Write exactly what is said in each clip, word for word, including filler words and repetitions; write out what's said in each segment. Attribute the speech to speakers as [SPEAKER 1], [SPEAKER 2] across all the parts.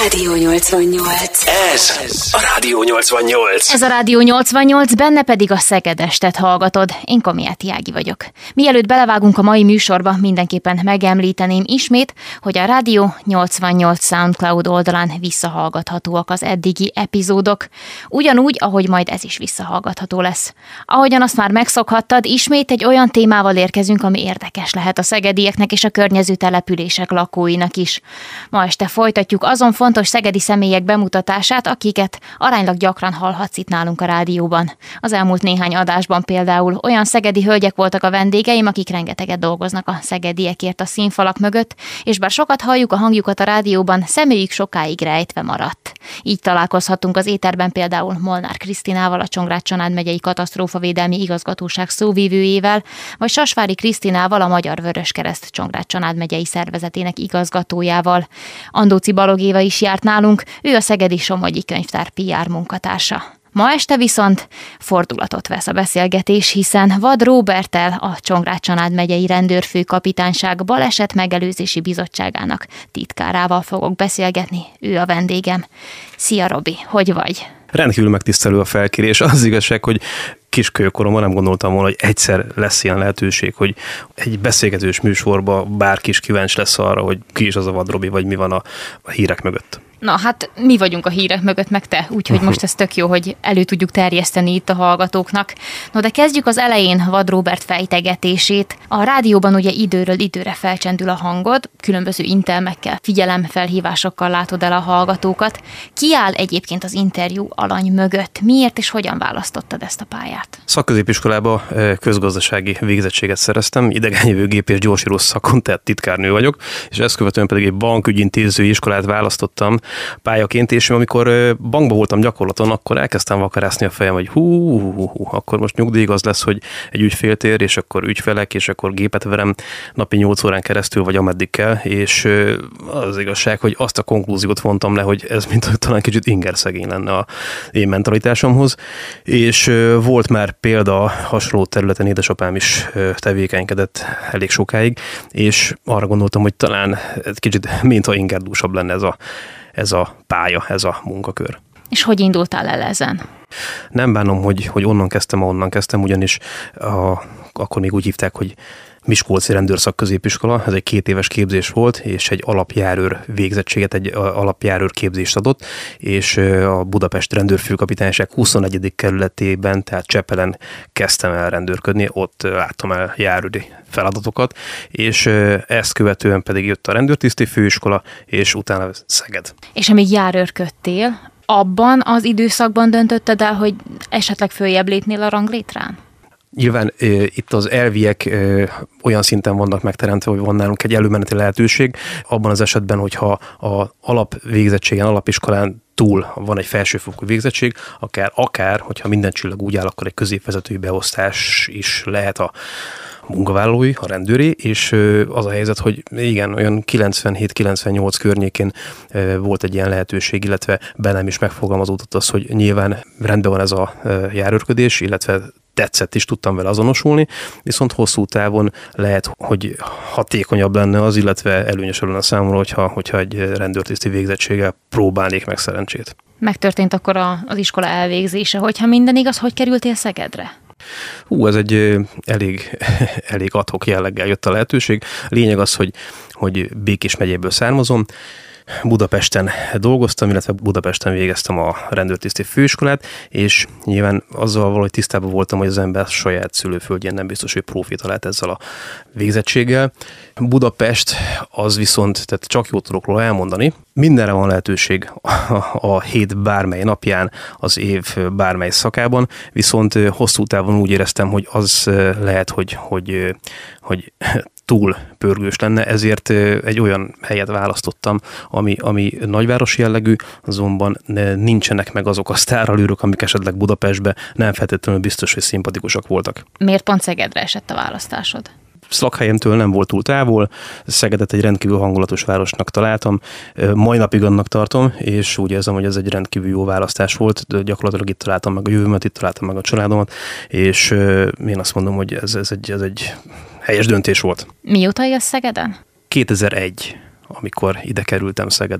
[SPEAKER 1] Rádió nyolcvannyolc.
[SPEAKER 2] Ez a Rádió nyolcvannyolc.
[SPEAKER 3] Ez a Rádió nyolcvannyolc, benne pedig a Szegedestet hallgatod. Én Komiáti Ági vagyok. Mielőtt belevágunk a mai műsorba, mindenképpen megemlíteném ismét, hogy a Rádió nyolcvannyolc SoundCloud oldalán visszahallgathatóak az eddigi epizódok. Ugyanúgy, ahogy majd ez is visszahallgatható lesz. Ahogyan azt már megszokhattad, ismét egy olyan témával érkezünk, ami érdekes lehet a szegedieknek és a környező települések lakóinak is. Ma este folytatjuk azon fontos szegedi személyek bemutatását, akiket aránylag gyakran hallhatsz itt nálunk a rádióban. Az elmúlt néhány adásban például olyan szegedi hölgyek voltak a vendégeim, akik rengeteget dolgoznak a szegediekért a színfalak mögött, és bár sokat halljuk a hangjukat a rádióban, személyük sokáig rejtve maradt. Így találkozhattunk az éterben például Molnár Krisztinával, a Csongrád-Csanád megyei katasztrófavédelmi igazgatóság szóvivőjével, vagy Sasvári Krisztinával, a Magyar Vöröskereszt Csongrád-Csanád megyei szervezetének igazgatójával. Andóci Balogh Éva is járt nálunk, ő a Szegedi Somogyi Könyvtár pé er munkatársa. Ma este viszont fordulatot vesz a beszélgetés, hiszen Vad Róberttel, a Csongrád-Csanád megyei rendőrfőkapitányság baleset megelőzési bizottságának titkárával fogok beszélgetni, ő a vendégem. Szia Robi, hogy vagy?
[SPEAKER 4] Rendkívül megtisztelő a felkérés. Az igazság, hogy kiskölyökoromban nem gondoltam volna, hogy egyszer lesz ilyen lehetőség, hogy egy beszélgetős műsorba bárki is kíváncsi lesz arra, hogy ki is az a Vad Robi, vagy mi van a, a hírek mögött.
[SPEAKER 3] Na hát mi vagyunk a hírek mögött, meg te, úgyhogy most ez tök jó, hogy elő tudjuk terjeszteni itt a hallgatóknak. No de kezdjük az elején Vad Róbert fejtegetését. A rádióban ugye időről időre felcsendül a hangod, különböző intelmekkel, figyelemfelhívásokkal látod el a hallgatókat. Ki áll egyébként az interjú alany mögött? Miért és hogyan választottad ezt a pályát?
[SPEAKER 4] Szakközépiskolába közgazdasági végzettséget szereztem, idegenjövőgép és gyorsíró szakon, tehát titkárnő vagyok, és ezt követően pedig egy bankügyintéző iskolát választottam pályaként, és amikor bankban voltam gyakorlaton, akkor elkezdtem vakarászni a fejem, hogy hú, hú, hú, akkor most nyugdíj az lesz, hogy egy ügyféltér, és akkor ügyfelek, és akkor gépet verem napi nyolc órán keresztül, vagy ameddig kell, és az igazság, hogy azt a konklúziót vontam le, hogy ez mint talán kicsit ingerszegény lenne a én mentalitásomhoz, és volt már példa hasonló területen, édesapám is tevékenykedett elég sokáig, és arra gondoltam, hogy talán egy kicsit mintha ingerdúsabb lenne ez a ez a pálya, ez a munkakör.
[SPEAKER 3] És hogy indultál el ezen?
[SPEAKER 4] Nem bánom, hogy, hogy onnan kezdtem, ahonnan kezdtem, ugyanis a, akkor még úgy hívták, hogy Miskolci Rendőrszakközépiskola, ez egy két éves képzés volt, és egy alapjárőr végzettséget, egy alapjárőr képzést adott, és a Budapest Rendőrfőkapitányság huszonegyedik kerületében, tehát Csepelen kezdtem el rendőrködni, ott láttam el járőri feladatokat, és ezt követően pedig jött a rendőrtiszti főiskola, és utána Szeged.
[SPEAKER 3] És amíg járőrködtél, abban az időszakban döntötted el, hogy esetleg följebb lépnél a ranglétrán?
[SPEAKER 4] Nyilván e, itt az elviek e, olyan szinten vannak megteremtve, hogy van nálunk egy előmeneti lehetőség. Abban az esetben, hogyha a alapvégzettségen, alapiskolán túl van egy felsőfokú végzettség, akár, akár, hogyha minden csillag úgy áll, akkor egy középvezetői beosztás is lehet a munkavállalói, a rendőri, és az a helyzet, hogy igen, olyan kilencvenhét kilencvennyolc környékén volt egy ilyen lehetőség, illetve bennem is megfogalmazódott az, hogy nyilván rendben van ez a járőrködés, illetve tetszett is, tudtam vele azonosulni, viszont hosszú távon lehet, hogy hatékonyabb lenne az, illetve előnyösebb lenne számomra, hogyha, hogyha egy rendőrtiszti végzettséggel próbálnék meg szerencsét.
[SPEAKER 3] Megtörtént akkor a, az iskola elvégzése, hogyha minden igaz, hogy kerültél Szegedre?
[SPEAKER 4] Hú, ez egy elég, elég ad-hoc jelleggel jött a lehetőség. Lényeg az, hogy, hogy Békés megyéből származom, Budapesten dolgoztam, illetve Budapesten végeztem a rendőrtiszti főiskolát, és nyilván azzal valahogy tisztában voltam, hogy az ember saját szülőföldjén nem biztos, hogy profita lehet ezzel a végzettséggel. Budapest az viszont, tehát csak jót tudok róla elmondani, mindenre van lehetőség a, a hét bármely napján, az év bármely szakában, viszont hosszú távon úgy éreztem, hogy az lehet, hogy, hogy, hogy túl pörgős lenne, ezért egy olyan helyet választottam, ami, ami nagyvárosi jellegű, azonban nincsenek meg azok a sztáralőrök, amik esetleg Budapestben nem feltétlenül biztos, hogy szimpatikusak voltak.
[SPEAKER 3] Miért pont Szegedre esett a választásod?
[SPEAKER 4] Szlakhelyemtől nem volt túl távol, Szegedet egy rendkívül hangulatos városnak találtam, mai napig annak tartom, és úgy érzem, hogy ez egy rendkívül jó választás volt, de gyakorlatilag itt találtam meg a jövőmet, itt találtam meg a családomat, és én azt mondom, hogy ez, ez, egy, ez egy helyes döntés volt.
[SPEAKER 3] Mióta élsz Szegeden?
[SPEAKER 4] kétezer-egy, amikor ide kerültem Szegedre.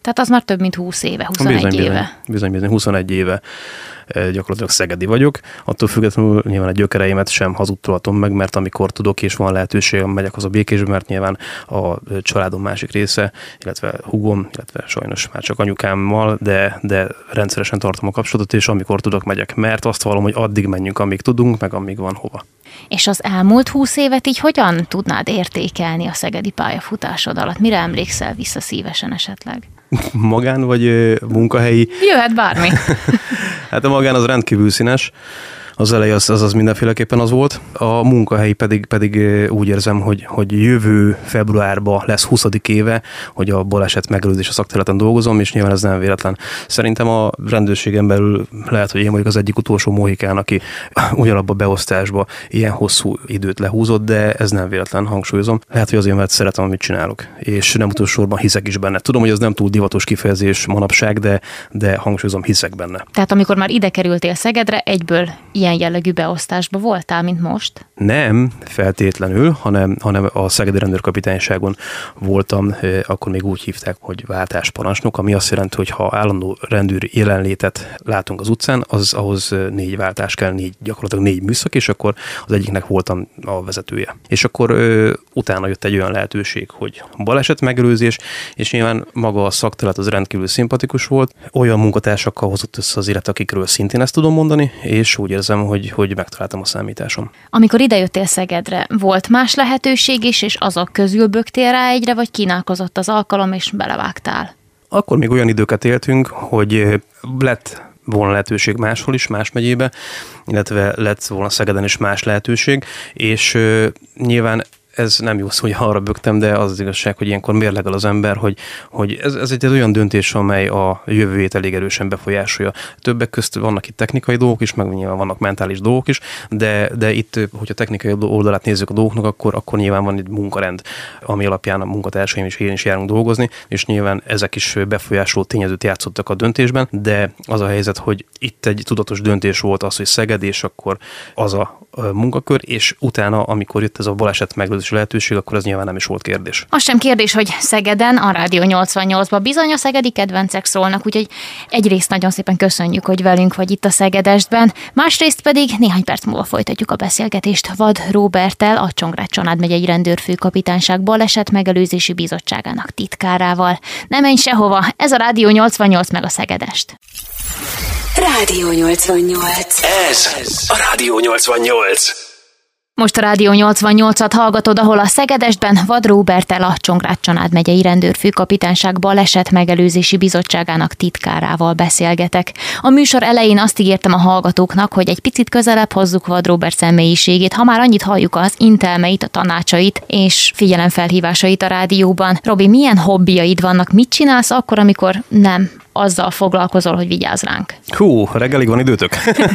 [SPEAKER 3] Tehát az már több mint húsz éve, huszonegy
[SPEAKER 4] bizony,
[SPEAKER 3] éve.
[SPEAKER 4] Bizony, bizony, huszonegy éve gyakorlatilag szegedi vagyok. Attól függetlenül nyilván a gyökereimet sem hazudtolatom meg, mert amikor tudok és van lehetőségem, megyek haza Békésbe, mert nyilván a családom másik része, illetve húgom, illetve sajnos már csak anyukámmal, de, de rendszeresen tartom a kapcsolatot, és amikor tudok, megyek, mert azt vallom, hogy addig menjünk, amíg tudunk, meg amíg van hova.
[SPEAKER 3] És az elmúlt húsz évet így hogyan tudnád értékelni a szegedi pályafutásod alatt? Mire emlékszel vissza szívesen esetleg?
[SPEAKER 4] Magán vagy munkahelyi?
[SPEAKER 3] Jöhet bármi.
[SPEAKER 4] Hát a magán az rendkívül színes. Az elej az, az, az mindenféleképpen az volt. A munkahelyi pedig, pedig úgy érzem, hogy, hogy jövő februárban lesz huszadik éve, hogy a baleset megelőzés a szakterületen dolgozom, és nyilván ez nem véletlen. Szerintem a rendőrségen belül lehet, hogy én vagyok az egyik utolsó mohikán, aki ugyanabba a beosztásba ilyen hosszú időt lehúzott, de ez nem véletlen, hangsúlyozom. Lehet, hogy azért, mert szeretem, amit csinálok. És nem utolsó sorban hiszek is benne. Tudom, hogy ez nem túl divatos kifejezés manapság, de, de hangsúlyozom, hiszek benne.
[SPEAKER 3] Tehát amikor már ide kerültél Szegedre, egyből ilyen jellegű beosztásba voltál, mint most?
[SPEAKER 4] Nem feltétlenül, hanem, hanem a Szegedi Rendőrkapitányságon voltam, akkor még úgy hívták, hogy váltásparancsnok, ami azt jelenti, hogy ha állandó rendőri jelenlétet látunk az utcán, az ahhoz négy váltás kell, négy, gyakorlatilag négy műszak, és akkor az egyiknek voltam a vezetője. És akkor ö, utána jött egy olyan lehetőség, hogy baleset megelőzés, és nyilván maga a szakterület az rendkívül szimpatikus volt. Olyan munkatársakkal hozott össze az élet, akikről szintén ezt tudom mondani, és úgy érzem, hogy, hogy megtaláltam a számításom.
[SPEAKER 3] Amikor idejöttél Szegedre, volt más lehetőség is, és azok közül böktél rá egyre, vagy kínálkozott az alkalom, és belevágtál? Akkor
[SPEAKER 4] még olyan időket éltünk, hogy lett volna lehetőség máshol is, más megyébe, illetve lett volna Szegeden is más lehetőség, és uh, nyilván ez nem jó szó, hogy arra bögtem, de az az igazság, hogy ilyenkor mérlegel az ember, hogy, hogy ez, ez egy olyan döntés, amely a jövőjét elég erősen befolyásolja. Többek közt vannak itt technikai dolgok is, meg nyilván vannak mentális dolgok is, de, de itt, hogyha technikai oldalát nézzük a dolgoknak, akkor, akkor nyilván van egy munkarend, ami alapján a munkatársaim és én is járunk dolgozni, és nyilván ezek is befolyásoló tényezőt játszottak a döntésben, de az a helyzet, hogy itt egy tudatos döntés volt az, hogy Szeged, és akkor az a munkakör, és utána, amikor jött ez a baleset megelőzési lehetőség, akkor ez nyilván nem is volt kérdés.
[SPEAKER 3] Az sem kérdés, hogy Szegeden, a Rádió nyolcvannyolcban bizony a szegedi kedvencek szólnak, úgyhogy egyrészt nagyon szépen köszönjük, hogy velünk vagy itt a Szegedestben, másrészt pedig néhány perc múlva folytatjuk a beszélgetést Vad Róberttel, a Csongrád Csanád megyei rendőrfőkapitányság baleset megelőzési bizottságának titkárával. Ne menj sehova, ez a Rádió nyolcvannyolc meg a Szegedest.
[SPEAKER 1] Rádió nyolcvannyolc.
[SPEAKER 2] Ez a Rádió nyolcvannyolc.
[SPEAKER 3] Most a Rádió nyolcvannyolcat hallgatod, ahol a Szegedestben Vad Róberttel, a Csongrád Csanád megyei rendőrfőkapitányság baleset megelőzési bizottságának titkárával beszélgetek. A műsor elején azt ígértem a hallgatóknak, hogy egy picit közelebb hozzuk Vad Róbert személyiségét, ha már annyit halljuk az intelmeit, a tanácsait és figyelemfelhívásait a rádióban. Robi, milyen hobbiaid vannak? Mit csinálsz akkor, amikor nem azzal foglalkozol, hogy vigyázz ránk?
[SPEAKER 4] Hú, reggelig van időtök?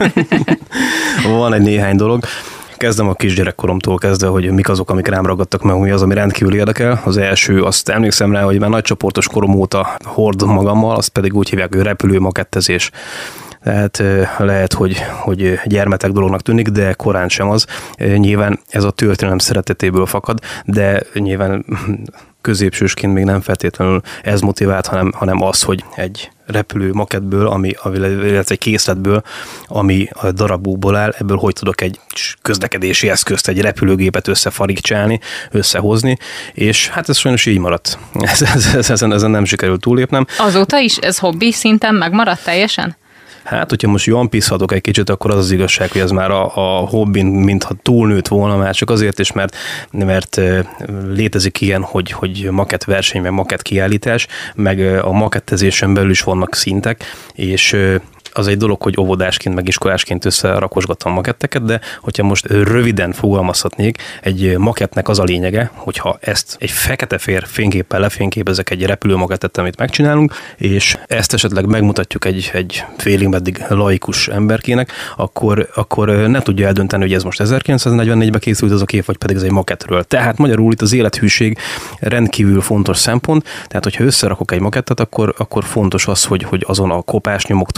[SPEAKER 4] Van egy néhány dolog. Kezdem a kisgyerekkoromtól kezdve, hogy mik azok, amik rám ragadtak meg, mi az, ami rendkívül érdekel. Az első, azt emlékszem rá, hogy már nagycsoportos korom óta hordom magammal, azt pedig úgy hívják, hogy repülőmakettezés. Tehát lehet, hogy, hogy gyermetek dolognak tűnik, de korán sem az. Nyilván ez a történelem szeretetéből fakad, de nyilván középsősként még nem feltétlenül ez motivált, hanem, hanem az, hogy egy repülő makettből, ami, illetve egy készletből, ami a darabokból áll, ebből hogy tudok egy közlekedési eszközt, egy repülőgépet összefarigcsálni, összehozni, és hát ez sajnos így maradt. Ez, ez, ez, ezen, ezen nem sikerült túllépnem.
[SPEAKER 3] Azóta is ez hobbi szinten megmaradt teljesen?
[SPEAKER 4] Hát, hogyha most jól piszhatok egy kicsit, akkor az az igazság, hogy ez már a, a hobbin, mintha túlnőtt volna, már csak azért is, mert, mert létezik ilyen, hogy, hogy makett verseny, meg makett kiállítás, meg a makettezésen belül is vannak szintek, és az egy dolog, hogy óvodásként, meg iskolásként összerakosgattam maketteket, de hogyha most röviden fogalmazhatnék, egy makettnek az a lényege, hogyha ezt egy fekete-fér fényképpel lefényképezek egy repülőmakettet, amit megcsinálunk, és ezt esetleg megmutatjuk egy, egy félig meddig laikus emberkének, akkor, akkor ne tudja eldönteni, hogy ez most ezerkilencszáznegyvennégyben készült az a kép, vagy pedig ez egy makettről. Tehát magyarul itt az élethűség rendkívül fontos szempont, tehát hogyha összerakok egy makettet, akkor, akkor fontos az, hogy, hogy azon a kopásnyomoktól kezdve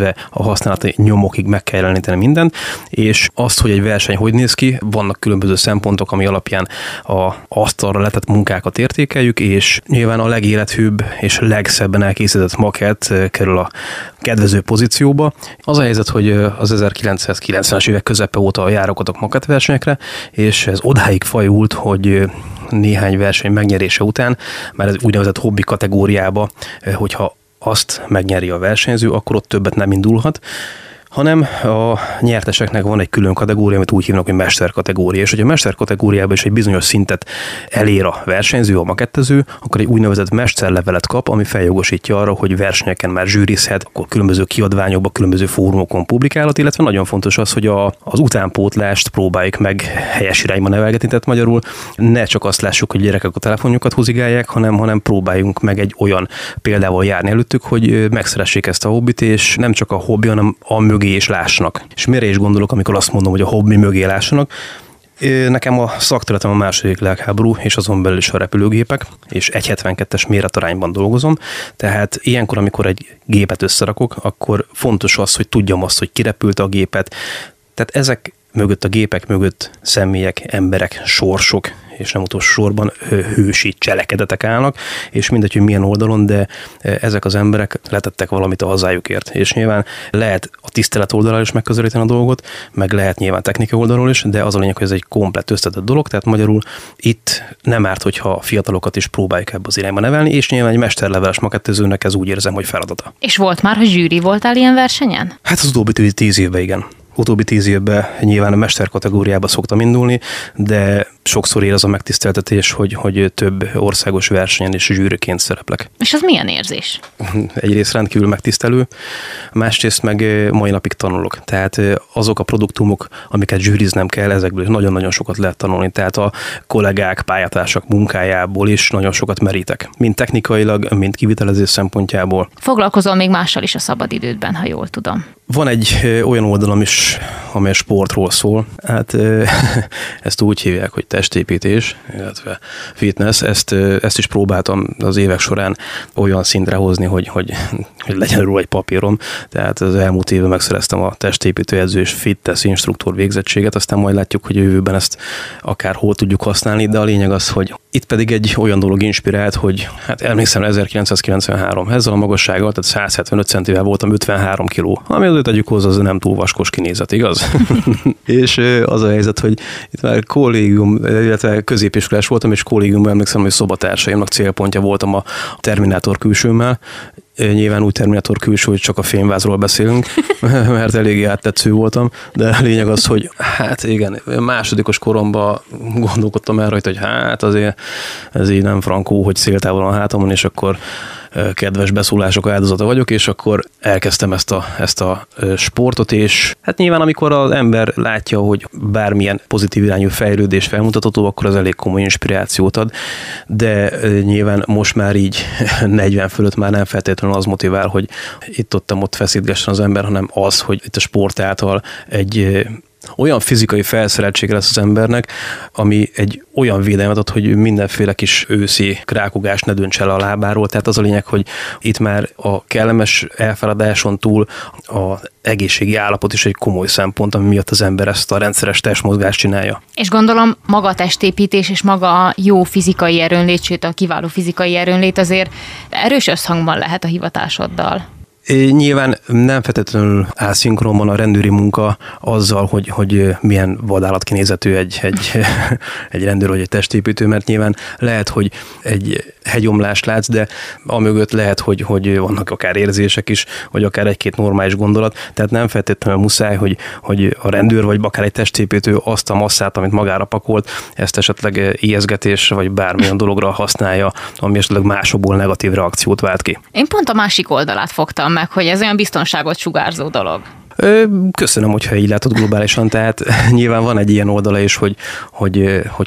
[SPEAKER 4] kezdve a használati nyomokig meg kell jeleníteni mindent, és azt, hogy egy verseny hogy néz ki, vannak különböző szempontok, ami alapján a asztalra letett munkákat értékeljük, és nyilván a legélethűbb és legszebben elkészített makett kerül a kedvező pozícióba. Az a helyzet, hogy az ezerkilencszázkilencvenes évek közepe óta járogatok makettversenyekre, és ez odáig fajult, hogy néhány verseny megnyerése után már ez úgynevezett hobbi kategóriába, hogyha azt megnyeri a versenyző, akkor ott többet nem indulhat, hanem a nyerteseknek van egy külön kategória, amit úgy hívnak, hogy mesterkategória. És hogyha a mesterkategóriában is egy bizonyos szintet elér a versenyző, a makettező, akkor egy úgynevezett mesterlevelet kap, ami feljogosítja arra, hogy versenyeken már zsűrizhet, akkor különböző kiadványokban, különböző fórumokon publikálhat, illetve nagyon fontos az, hogy a, az utánpótlást próbáljuk meg helyes irányba nevelgetni, tehát magyarul ne csak azt lássuk, hogy gyerekek a telefonjukat húzigálják, hanem, hanem próbáljunk meg egy olyan példával járni előttük, hogy megszeressék ezt a hobbit, és nem csak a hobbi, hanem a mögé is lássanak. És mire is gondolok, amikor azt mondom, hogy a hobbi mögé lássanak? Nekem a szakterületem a második világháború, és azon belül is a repülőgépek, és egy hetvenkettes méretarányban dolgozom, tehát ilyenkor, amikor egy gépet összerakok, akkor fontos az, hogy tudjam azt, hogy kirepült a gépet. Tehát ezek mögött, a gépek mögött személyek, emberek, sorsok, és nem utolsó sorban hősi cselekedetek állnak, és mindegy, hogy milyen oldalon, de ezek az emberek letettek valamit a hazájukért. És nyilván lehet a tisztelet oldalról is megközelíteni a dolgot, meg lehet nyilván technikai oldalról is, de az a lényeg, hogy ez egy komplett összetett dolog, tehát magyarul itt nem árt, hogyha a fiatalokat is próbáljuk ebbe az irányba nevelni, és nyilván egy mesterleveles makettezőnek ez úgy érzem, hogy feladata.
[SPEAKER 3] És volt már, hogy zsűri voltál ilyen versenyen?
[SPEAKER 4] Hát az utóbbi tíz évben igen. Utóbbi tíz évben nyilván a mester kategóriába szoktam indulni, de sokszor ér az a megtiszteltetés, hogy, hogy több országos versenyen is zsűriként szereplek.
[SPEAKER 3] És az milyen érzés?
[SPEAKER 4] Egyrészt rendkívül megtisztelő, másrészt meg mai napig tanulok. Tehát azok a produktumok, amiket zsűriznem kell, ezekből nagyon-nagyon sokat lehet tanulni. Tehát a kollégák, pályatársak munkájából is nagyon sokat merítek. Mind technikailag, mind kivitelezés szempontjából.
[SPEAKER 3] Foglalkozol még mással is a szabadidődben, ha jól tudom.
[SPEAKER 4] Van egy olyan oldalam is, amely sportról szól. Hát ezt úgy hívják, hogy testépítés, illetve fitness. Ezt, ezt is próbáltam az évek során olyan szintre hozni, hogy, hogy, hogy legyen róla egy papírom. Tehát az elmúlt évben megszereztem a testépítőedző és fitness instruktor végzettséget, aztán majd látjuk, hogy a jövőben ezt akár hol tudjuk használni, de a lényeg az, hogy itt pedig egy olyan dolog inspirált, hogy hát emlékszem ezerkilencszázkilencvenhárom, ezzel a magassággal, tehát száz hetvenöt centivel voltam ötvenhárom kiló, ami azért tegyük hozzá, az nem túl vaskos kinézet, igaz? És az a helyzet, hogy itt már kollégium, illetve középiskolás voltam, és kollégiumban emlékszem, hogy szobatársaimnak célpontja voltam a Terminátor külsőmmel. Nyilván úgy Terminátor külső, hogy csak a fényvázról beszélünk, mert eléggé áttetsző voltam, de a lényeg az, hogy hát igen, másodikos koromban gondolkodtam el rajta, hogy hát azért ez így nem frankó, hogy széltávolon a hátamon, és akkor kedves beszólások áldozata vagyok, és akkor elkezdtem ezt a, ezt a sportot, és hát nyilván amikor az ember látja, hogy bármilyen pozitív irányú fejlődés felmutatható, akkor az elég komoly inspirációt ad, de nyilván most már így negyven fölött már nem feltétlenül az motivál, hogy itt-ott-ott feszítgessen az ember, hanem az, hogy itt a sport által egy olyan fizikai felszereltsége lesz az embernek, ami egy olyan védelmet ad, hogy mindenféle kis őszi krákogás ne dönts el a lábáról. Tehát az a lényeg, hogy itt már a kellemes elfeladáson túl az egészségi állapot is egy komoly szempont, ami miatt az ember ezt a rendszeres testmozgást csinálja. És
[SPEAKER 3] gondolom maga a testépítés és maga a jó fizikai erőnlét, sőt a kiváló fizikai erőnlét azért erős összhangban lehet a hivatásoddal.
[SPEAKER 4] Nyilván nem feltétlenül áll szinkronban a rendőri munka azzal, hogy, hogy milyen vadállatkinézetű egy, egy, egy rendőr vagy egy testépítő, mert nyilván lehet, hogy egy hegyomlást látsz, de amögött lehet, hogy, hogy vannak akár érzések is, vagy akár egy-két normális gondolat, tehát nem feltétlenül muszáj, hogy, hogy a rendőr vagy akár egy testépítő azt a masszát, amit magára pakolt, ezt esetleg ijeszgetésre vagy bármilyen dologra használja, ami esetleg másokból negatív reakciót vált ki.
[SPEAKER 3] Én pont a másik oldalát fogtam meg, hogy ez olyan biztonságot sugárzó dolog.
[SPEAKER 4] Köszönöm, hogyha így látod globálisan, tehát nyilván van egy ilyen oldala is, hogy, hogy hogyha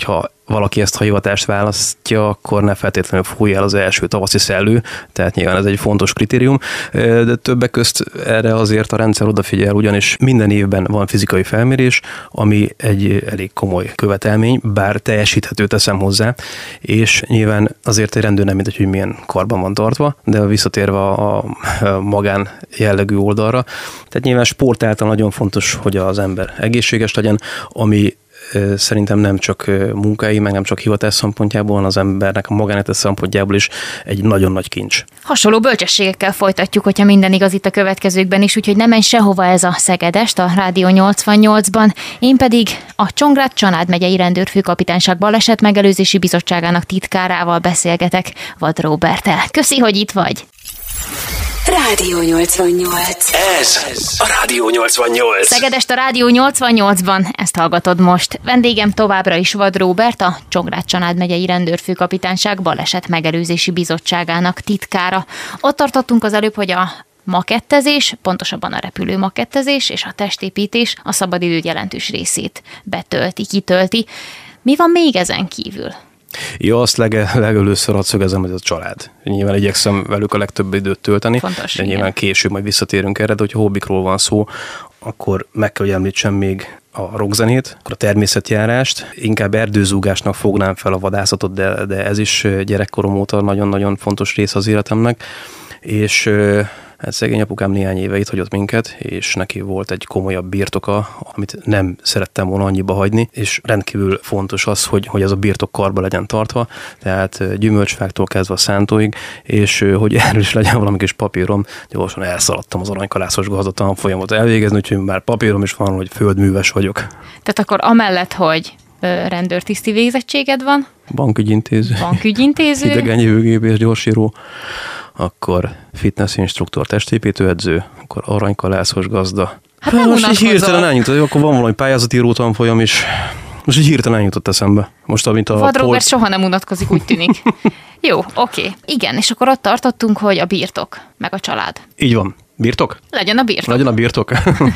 [SPEAKER 4] valaki ezt a hivatást választja, akkor ne feltétlenül fújja el az első tavaszi szellő, tehát nyilván ez egy fontos kritérium, de többek közt erre azért a rendszer odafigyel, ugyanis minden évben van fizikai felmérés, ami egy elég komoly követelmény, bár teljesíthető, teszem hozzá, és nyilván azért egy rendőr nem mindegy, hogy milyen karban van tartva, de visszatérve a magán jellegű oldalra, tehát nyilván sport által nagyon fontos, hogy az ember egészséges legyen, ami szerintem nem csak munkai, meg nem csak hivatás szempontjából, hanem az embernek a magánélete szempontjából is egy nagyon nagy kincs.
[SPEAKER 3] Hasonló bölcsességekkel folytatjuk, hogyha minden igaz itt a következőkben is, úgyhogy ne menj sehova, ez a Szegedest a Rádió nyolcvannyolcban. Én pedig a Csongrád-Csanád megyei rendőrfőkapitányság baleset megelőzési bizottságának titkárával beszélgetek, Vad Róberttel. Köszi, hogy itt vagy!
[SPEAKER 1] Rádió nyolcvannyolc.
[SPEAKER 2] Ez a Rádió nyolcvannyolc.
[SPEAKER 3] Szegedest a Rádió nyolcvannyolcban, ezt hallgatod most. Vendégem továbbra is Vad Róbert, a Csongrád-Csanád megyei rendőrfőkapitányság baleset megelőzési bizottságának titkára. Ott tartottunk az előbb, hogy a makettezés, pontosabban a repülő makettezés és a testépítés a szabadidőd jelentős részét betölti, kitölti. Mi van még ezen kívül?
[SPEAKER 4] Ja, azt lege, legelőször hadd szögezem, hogy ez a család. Nyilván igyekszem velük a legtöbb időt tölteni,
[SPEAKER 3] Fontos,
[SPEAKER 4] de nyilván
[SPEAKER 3] igen.
[SPEAKER 4] Később majd visszatérünk erre, de hogyha hobbikról van szó, akkor meg kell, hogy említsem még a rockzenét, akkor a természetjárást, inkább erdőzúgásnak fognám fel a vadászatot, de, de ez is gyerekkorom óta nagyon-nagyon fontos rész az életemnek, és hát szegény apukám néhány éve itt hagyott minket, és neki volt egy komolyabb birtoka, amit nem szerettem volna annyiba hagyni, és rendkívül fontos az, hogy, hogy ez a birtok karba legyen tartva, tehát gyümölcsfáktól kezdve a szántóig, és hogy erről is legyen valami kis papírom, gyorsan elszaladtam az aranykalászos gazdatalom folyamot elvégezni, úgyhogy már papírom is van, hogy földműves vagyok.
[SPEAKER 3] Tehát akkor amellett, hogy rendőrtiszti végzettséged van,
[SPEAKER 4] Bankügyintéző,
[SPEAKER 3] bankügyintéző,
[SPEAKER 4] idegenjövőgépész gyorsíró, akkor fitness instruktor, testépítőedző, akkor aranykalászos gazda.
[SPEAKER 3] Hát nem
[SPEAKER 4] most így
[SPEAKER 3] unatkozol.
[SPEAKER 4] hirtelen eljutott, akkor van valami pályázatíró tanfolyam is. Most így hirtelen eljutott eszembe. Most, amint a
[SPEAKER 3] Vad Róbert
[SPEAKER 4] Polt...
[SPEAKER 3] soha nem unatkozik, úgy tűnik. Jó, oké. Igen, és akkor ott tartottunk, hogy a birtok, meg a család.
[SPEAKER 4] Így van. Birtok?
[SPEAKER 3] Legyen a birtok.
[SPEAKER 4] Legyen a birtok.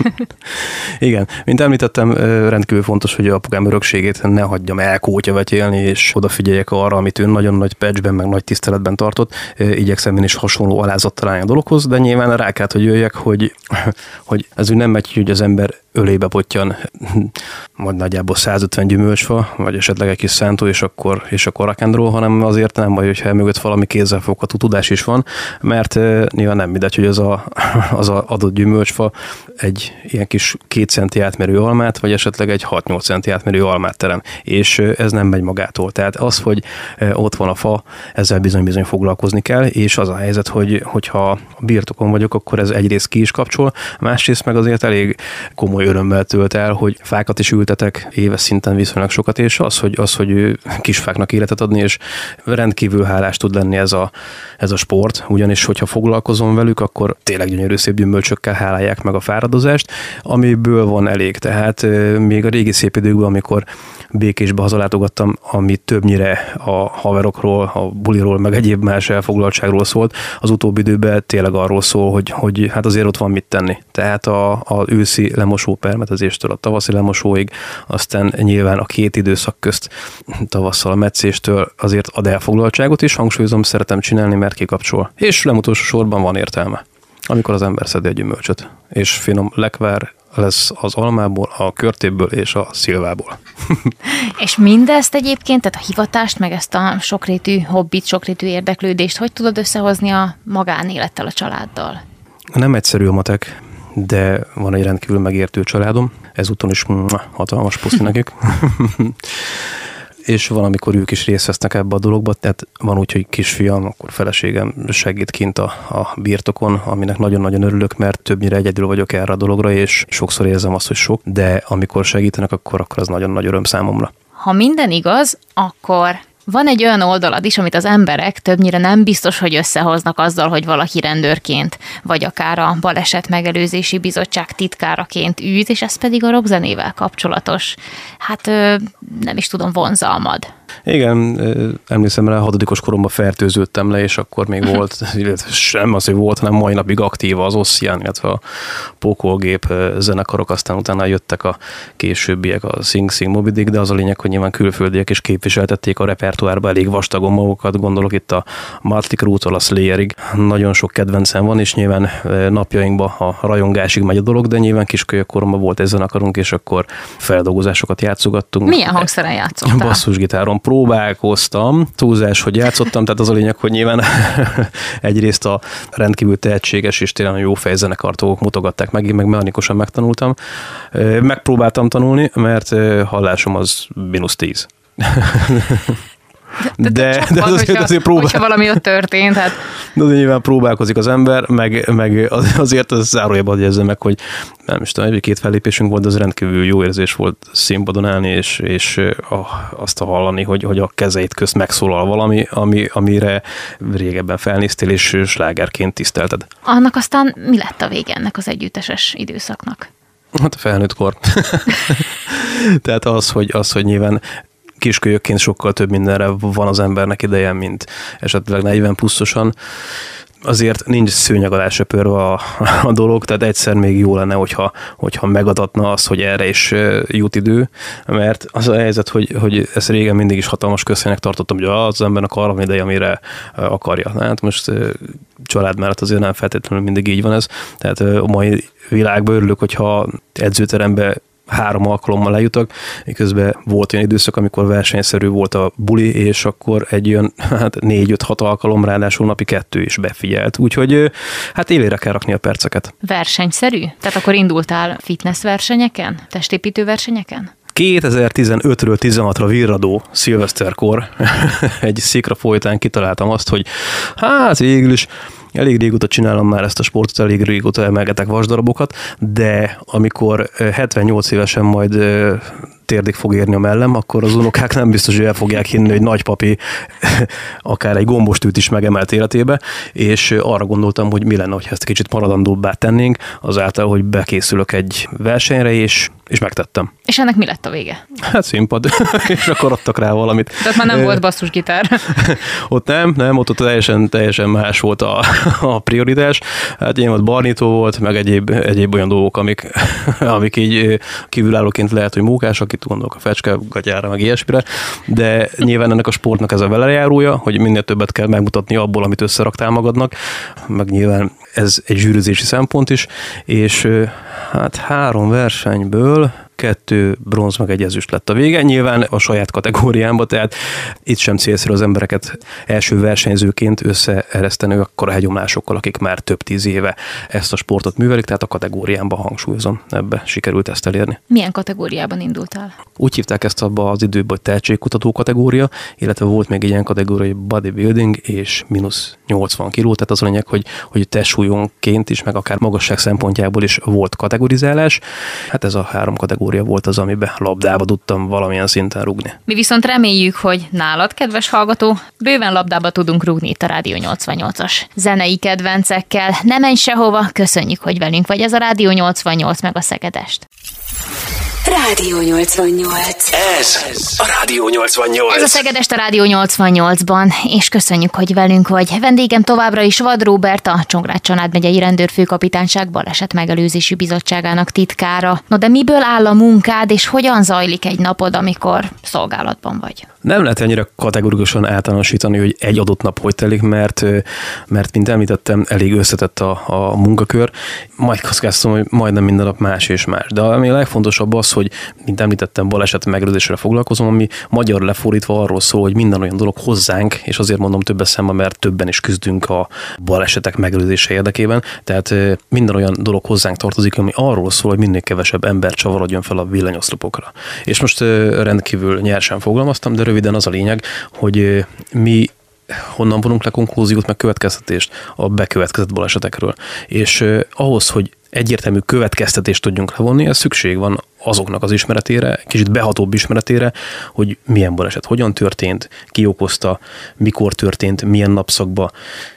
[SPEAKER 4] Igen. Mint említettem, rendkívül fontos, hogy apukám örökségét ne hagyjam elkótyavetélni, és odafigyeljek arra, amit ő nagyon nagy pecsben, meg nagy tiszteletben tartott. Igyekszem én is hasonló alázattal állni a dologhoz, de nyilván rá kellett, hogy jöjjek, hogy, hogy ez úgy nem megy, hogy az ember ölébe pottyan majd nagyjából százötven gyümölcsfa, vagy esetleg egy kis szántó, és akkor, és akkor rock and roll, hanem azért nem baj, hogyha mögött valami kézzelfogható tudás is van, mert nyilván nem mindegy, hogy az a, az a adott gyümölcsfa egy ilyen kis két centi átmérő almát, vagy esetleg egy hat-nyolc centi átmérő almát terem, és ez nem megy magától. Tehát az, hogy ott van a fa, ezzel bizony-bizony foglalkozni kell, és az a helyzet, hogy, hogyha a birtokon vagyok, akkor ez egyrészt ki is kapcsol, másrészt meg azért elég komoly örömmel tölt el, hogy fákat is ültetek éves szinten viszonylag sokat, és az, hogy, az, hogy kisfáknak életet adni, és rendkívül hálás tud lenni ez a, ez a sport, ugyanis hogyha foglalkozom velük, akkor tényleg gyönyörű szép gyümölcsökkel hálálják meg a fáradozást, amiből van elég. Tehát még a régi szép időkben, amikor Békésbe hazalátogattam, ami többnyire a haverokról, a buliról, meg egyéb más elfoglaltságról szólt, az utóbbi időben tényleg arról szól, hogy, hogy hát azért ott van mit tenni. Tehát a, a őszi lemosó permetezéstől a tavaszi lemosóig, aztán nyilván a két időszak közt tavasszal a metszéstől azért ad elfoglaltságot is, hangsúlyozom, szeretem csinálni, mert kikapcsol. És legutolsó sorban van értelme, amikor az ember szedi a gyümölcsöt, és finom lekvár lesz az almából, a körtéből és a szilvából.
[SPEAKER 3] És mindezt egyébként, tehát a hivatást, meg ezt a sokrétű hobbit, sokrétű érdeklődést, hogy tudod összehozni a magánélettel, a családdal?
[SPEAKER 4] Nem egyszerű a matek, de van egy rendkívül megértő családom, ezúton is hatalmas puszi nekik. És van, amikor ők is részt vesznek ebbe a dologba, tehát van úgy, hogy kisfiam, akkor feleségem segít kint a, a birtokon, aminek nagyon-nagyon örülök, mert többnyire egyedül vagyok erre a dologra, és sokszor érzem azt, hogy sok, de amikor segítenek, akkor, akkor az nagyon nagy öröm számomra.
[SPEAKER 3] Ha minden igaz, akkor van egy olyan oldalad is, amit az emberek többnyire nem biztos, hogy összehoznak azzal, hogy valaki rendőrként, vagy akár a baleset megelőzési bizottság titkáraként űz, és ez pedig a rockzenével kapcsolatos, hát nem is tudom, vonzalmad.
[SPEAKER 4] Igen, emlékszem rá, hatodikos koromban fertőződtem le, és akkor még volt, sem az, hogy volt, hanem mai napig aktíva az Ossian, illetve a Pokolgép zenekarok, aztán utána jöttek a későbbiek, a Sing Sing Moby Dick, de az a lényeg, hogy nyilván külföldiek is képviseltették a repertoárba elég vastagon magukat, gondolok itt a Mötley Crüe-tól a Slayerig. Nagyon sok kedvencem van, és nyilván napjainkban a rajongásig megy a dolog, de nyilván kiskölyök koromban volt egy zenekarunk, és akkor feldolgozásokat játszogattunk.
[SPEAKER 3] Milyen hangszeren játszottál?
[SPEAKER 4] Basszusgitáron próbálkoztam, túlzás, hogy játszottam, tehát az a lényeg, hogy nyilván egyrészt a rendkívül tehetséges és tényleg jó fejzenekartól mutogatták meg, én meg mechanikusan megtanultam. Megpróbáltam tanulni, mert hallásom az mínusz tíz.
[SPEAKER 3] De, de, de, de
[SPEAKER 4] az azért, azért próbál...
[SPEAKER 3] hogyha valami ott történt, hát...
[SPEAKER 4] De azért nyilván próbálkozik az ember, meg, meg azért az zárójában adjézzem meg, hogy nem is tudom, egy-két fellépésünk volt, de az rendkívül jó érzés volt színpadon állni, és, és azt a hallani, hogy, hogy a kezeit közt megszólal valami, ami, amire régebben felnéztél, és slágerként tisztelted.
[SPEAKER 3] Annak aztán mi lett a vége ennek az együtteses időszaknak?
[SPEAKER 4] Hát a felnőtt kor. Tehát az, hogy, az, hogy nyilván kiskölyökként sokkal több mindenre van az embernek ideje, mint esetleg negyven pluszosan. Azért nincs szőnyeg alá söpörve a, a dolog, tehát egyszer még jó lenne, hogyha, hogyha megadatna az, hogy erre is jut idő, mert az a helyzet, hogy, hogy ezt régen mindig is hatalmas közhelynek tartottam, hogy az embernek arra van ideje, amire akarja. Hát most család mellett azért nem feltétlenül mindig így van ez, tehát a mai világban örülök, hogyha edzőterembe három alkalommal lejutok, miközben volt olyan időszak, amikor versenyszerű volt a buli, és akkor egy olyan hát négy-öt-hat alkalom, ráadásul napi kettő is befigyelt. Úgyhogy hát élére kell rakni a perceket.
[SPEAKER 3] Versenyszerű? Tehát akkor indultál fitness versenyeken? Testépítő versenyeken?
[SPEAKER 4] kétezer-tizenötről tizenhatra virradó szilveszterkor egy szikra folytán kitaláltam azt, hogy hát végül is elég régóta csinálom már ezt a sportot, elég régóta emelgetek vasdarabokat, de amikor hetvennyolc évesen majd térdig fog érni a mellem, akkor az unokák nem biztos, hogy el fogják hinni, hogy nagypapi akár egy gombostűt is megemelt életébe, és arra gondoltam, hogy mi lenne, hogyha ezt kicsit maradandóbbá tennénk, azáltal, hogy bekészülök egy versenyre, és, és megtettem.
[SPEAKER 3] És ennek mi lett a vége?
[SPEAKER 4] Hát színpad, és akkor adtak rá valamit.
[SPEAKER 3] Tehát már nem volt basszusgitár.
[SPEAKER 4] Ott nem, nem, ott, ott teljesen, teljesen más volt a, a prioritás. Hát ilyen ott barnító volt, meg egyéb, egyéb olyan dolgok, amik, amik így kívülállóként lehet, hogy mókás, akit gondolok a fecskagatyára, meg ilyesmire, de nyilván ennek a sportnak ez a velejárója, hogy minél többet kell megmutatni abból, amit összeraktál magadnak, meg nyilván ez egy zsűrizési szempont is, és hát három versenyből kettő bronz meg egy ezüst lett a vége. Nyilván a saját kategóriámba, tehát itt sem célszerű az embereket első versenyzőként összeereszteni akkor a hegyomlásokkal, akik már több tíz éve ezt a sportot művelik, tehát a kategóriámban hangsúlyozom, ebbe sikerült ezt elérni.
[SPEAKER 3] Milyen kategóriában indultál?
[SPEAKER 4] Úgy hívták ezt abba az időben, hogy tehetségkutató kategória, illetve volt még egy ilyen kategória, hogy bodybuilding és mínusz nyolcvan kiló, tehát az a lényeg, hogy, hogy testsúlyonként is, meg akár magasság szempontjából is volt kategorizálás. Hát ez a három kategória volt az, amiben labdába tudtam valamilyen szinten rúgni. Mi
[SPEAKER 3] viszont reméljük, hogy nálad, kedves hallgató, bőven labdába tudunk rúgni itt a Rádió nyolcvannyolcas zenei kedvencekkel. Ne menj sehova, köszönjük, hogy velünk vagy. Ez a Rádió nyolcvannyolc meg a Szegedest.
[SPEAKER 1] Rádió nyolcvannyolc.
[SPEAKER 2] Ez a Rádió nyolcvannyolc.
[SPEAKER 3] Ez a Szegedest a Rádió nyolcvannyolcban, és köszönjük, hogy velünk vagy. Vendégem továbbra is Vad Róbert, a Csongrád-Csanád megyei rendőrfőkapitányság baleset megelőzési bizottságának titkára. No de miből áll a munkád, és hogyan zajlik egy napod, amikor szolgálatban vagy?
[SPEAKER 4] Nem lehet ennyire kategorikusan általánosítani, hogy egy adott nap hogy telik, mert, mert mint említettem, elég összetett a, a munkakör. Majd kockáztam, hogy majdnem minden nap más és más. De ami a legfontosabb az, hogy mint említettem, baleset megelőzésre foglalkozom, ami magyar lefordítva arról szól, hogy minden olyan dolog hozzánk, és azért mondom többes számban, mert többen is küzdünk a balesetek megelőzése érdekében. Tehát minden olyan dolog hozzánk tartozik, ami arról szól, hogy minél kevesebb ember csavarodjon fel a villanyoszlopokra. És most rendkívül nyersen fogalmaztam, de röviden az a lényeg, hogy mi honnan vonunk le konklúziót, meg következtetést a bekövetkezett balesetekről. És eh, ahhoz, hogy egyértelmű következtetést tudjunk levonni, ez szükség van azoknak az ismeretére, kicsit behatóbb ismeretére, hogy milyen baleset hogyan történt, ki okozta, mikor történt, milyen napszakban,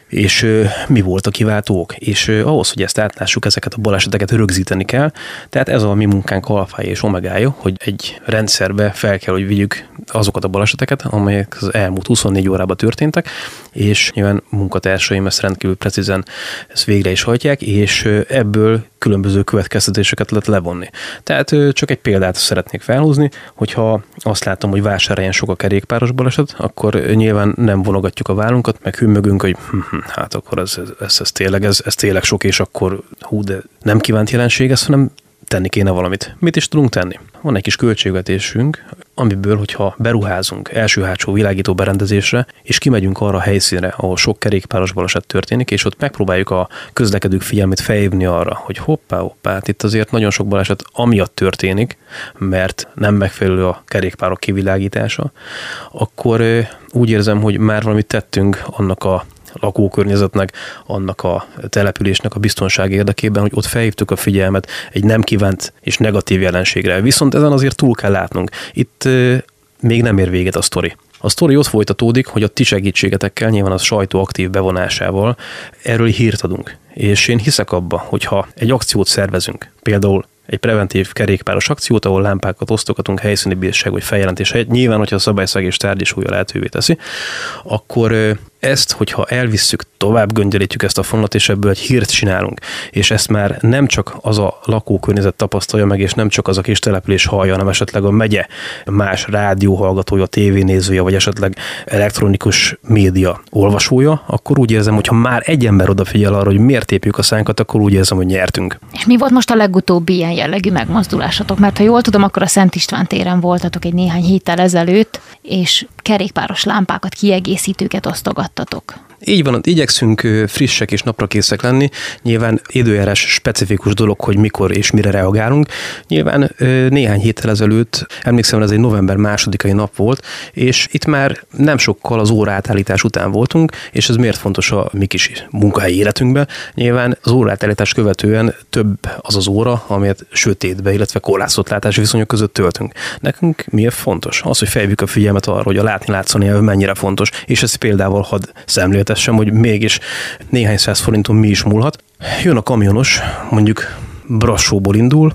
[SPEAKER 4] és ö, mi volt a kiváltó ok. És ö, ahhoz, hogy ezt átlássuk, ezeket a baleseteket rögzíteni kell, tehát ez a mi munkánk alfája és omegája, hogy egy rendszerbe fel kell, hogy vigyük azokat a baleseteket, amelyek az elmúlt huszonnégy órában történtek, és nyilván munkatársaim ezt rendkívül precízen ezt végre is hajtják, és ö, ebből különböző következtetéseket lehet levonni. Tehát ö, csak egy példát szeretnék felhúzni, hogyha azt látom, hogy Vásárhelyen sok a kerékpáros baleset, akkor nyilván nem vonogatjuk a vállunkat, meg hümmögünk, hogy hm, hm, hát akkor ez, ez, ez, tényleg, ez, ez tényleg sok, és akkor hú, de nem kívánt jelenség ez, hanem tenni kéne valamit. Mit is tudunk tenni? Van egy kis költségvetésünk, amiből, hogyha beruházunk első-hátsó világító berendezésre, és kimegyünk arra a helyszínre, ahol sok kerékpáros baleset történik, és ott megpróbáljuk a közlekedők figyelmét felhívni arra, hogy hoppá, hoppá, hát itt azért nagyon sok baleset amiatt történik, mert nem megfelelő a kerékpárok kivilágítása, akkor úgy érzem, hogy már valamit tettünk annak a lakókörnyezetnek, annak a településnek a biztonság érdekében, hogy ott felhívtuk a figyelmet egy nem kívánt és negatív jelenségre. Viszont ezen azért túl kell látnunk. Itt euh, még nem ér véget a sztori. A sztori ott folytatódik, hogy a ti segítségetekkel, nyilván a sajtó aktív bevonásával erről hírt adunk. És én hiszek abba, hogyha egy akciót szervezünk, például egy preventív kerékpáros akciót, ahol lámpákat osztogatunk helyszíni bírság vagy feljelentés helyett, nyilván, hogyha a szabályszegés tárgyi súlya lehetővé teszi, akkor ezt, hogyha elvisszük, tovább göngyölítjük ezt a fonalat, és ebből egy hírt csinálunk, és ezt már nem csak az a lakókörnyezet tapasztalja meg, és nem csak az a kis település hallja, hanem esetleg a megye más rádióhallgatója, tévénézője, vagy esetleg elektronikus média olvasója, akkor úgy érzem, hogy ha már egy ember odafigyel arra, hogy miért tépjük a szánkat, akkor úgy érzem, hogy nyertünk.
[SPEAKER 3] És mi volt most a legutóbbi ilyen jellegű megmozdulásatok? Mert ha jól tudom, akkor a Szent István téren voltatok egy néhány héttel ezelőtt, és kerékpáros lámpákat, kiegészítőket osztogattatok.
[SPEAKER 4] Így van, igyekszünk frissek és naprakészek lenni. Nyilván időjárás specifikus dolog, hogy mikor és mire reagálunk. Nyilván néhány héttel ezelőtt, emlékszem, ez egy november másodikai nap volt, és itt már nem sokkal az óraátállítás után voltunk, és ez miért fontos a mi kis munkahelyi életünkben. Nyilván az óraátállítás követően több az az óra, amelyet sötétbe, illetve korlátozott látási viszonyok között töltünk. Nekünk miért fontos? Az, hogy felhívjuk a figyelmet arra, hogy a látni-látszani mennyire fontos, és ez példával hadd szemlélt sem, hogy mégis néhány száz forinton mi is múlhat. Jön a kamionos, mondjuk Brassóból indul,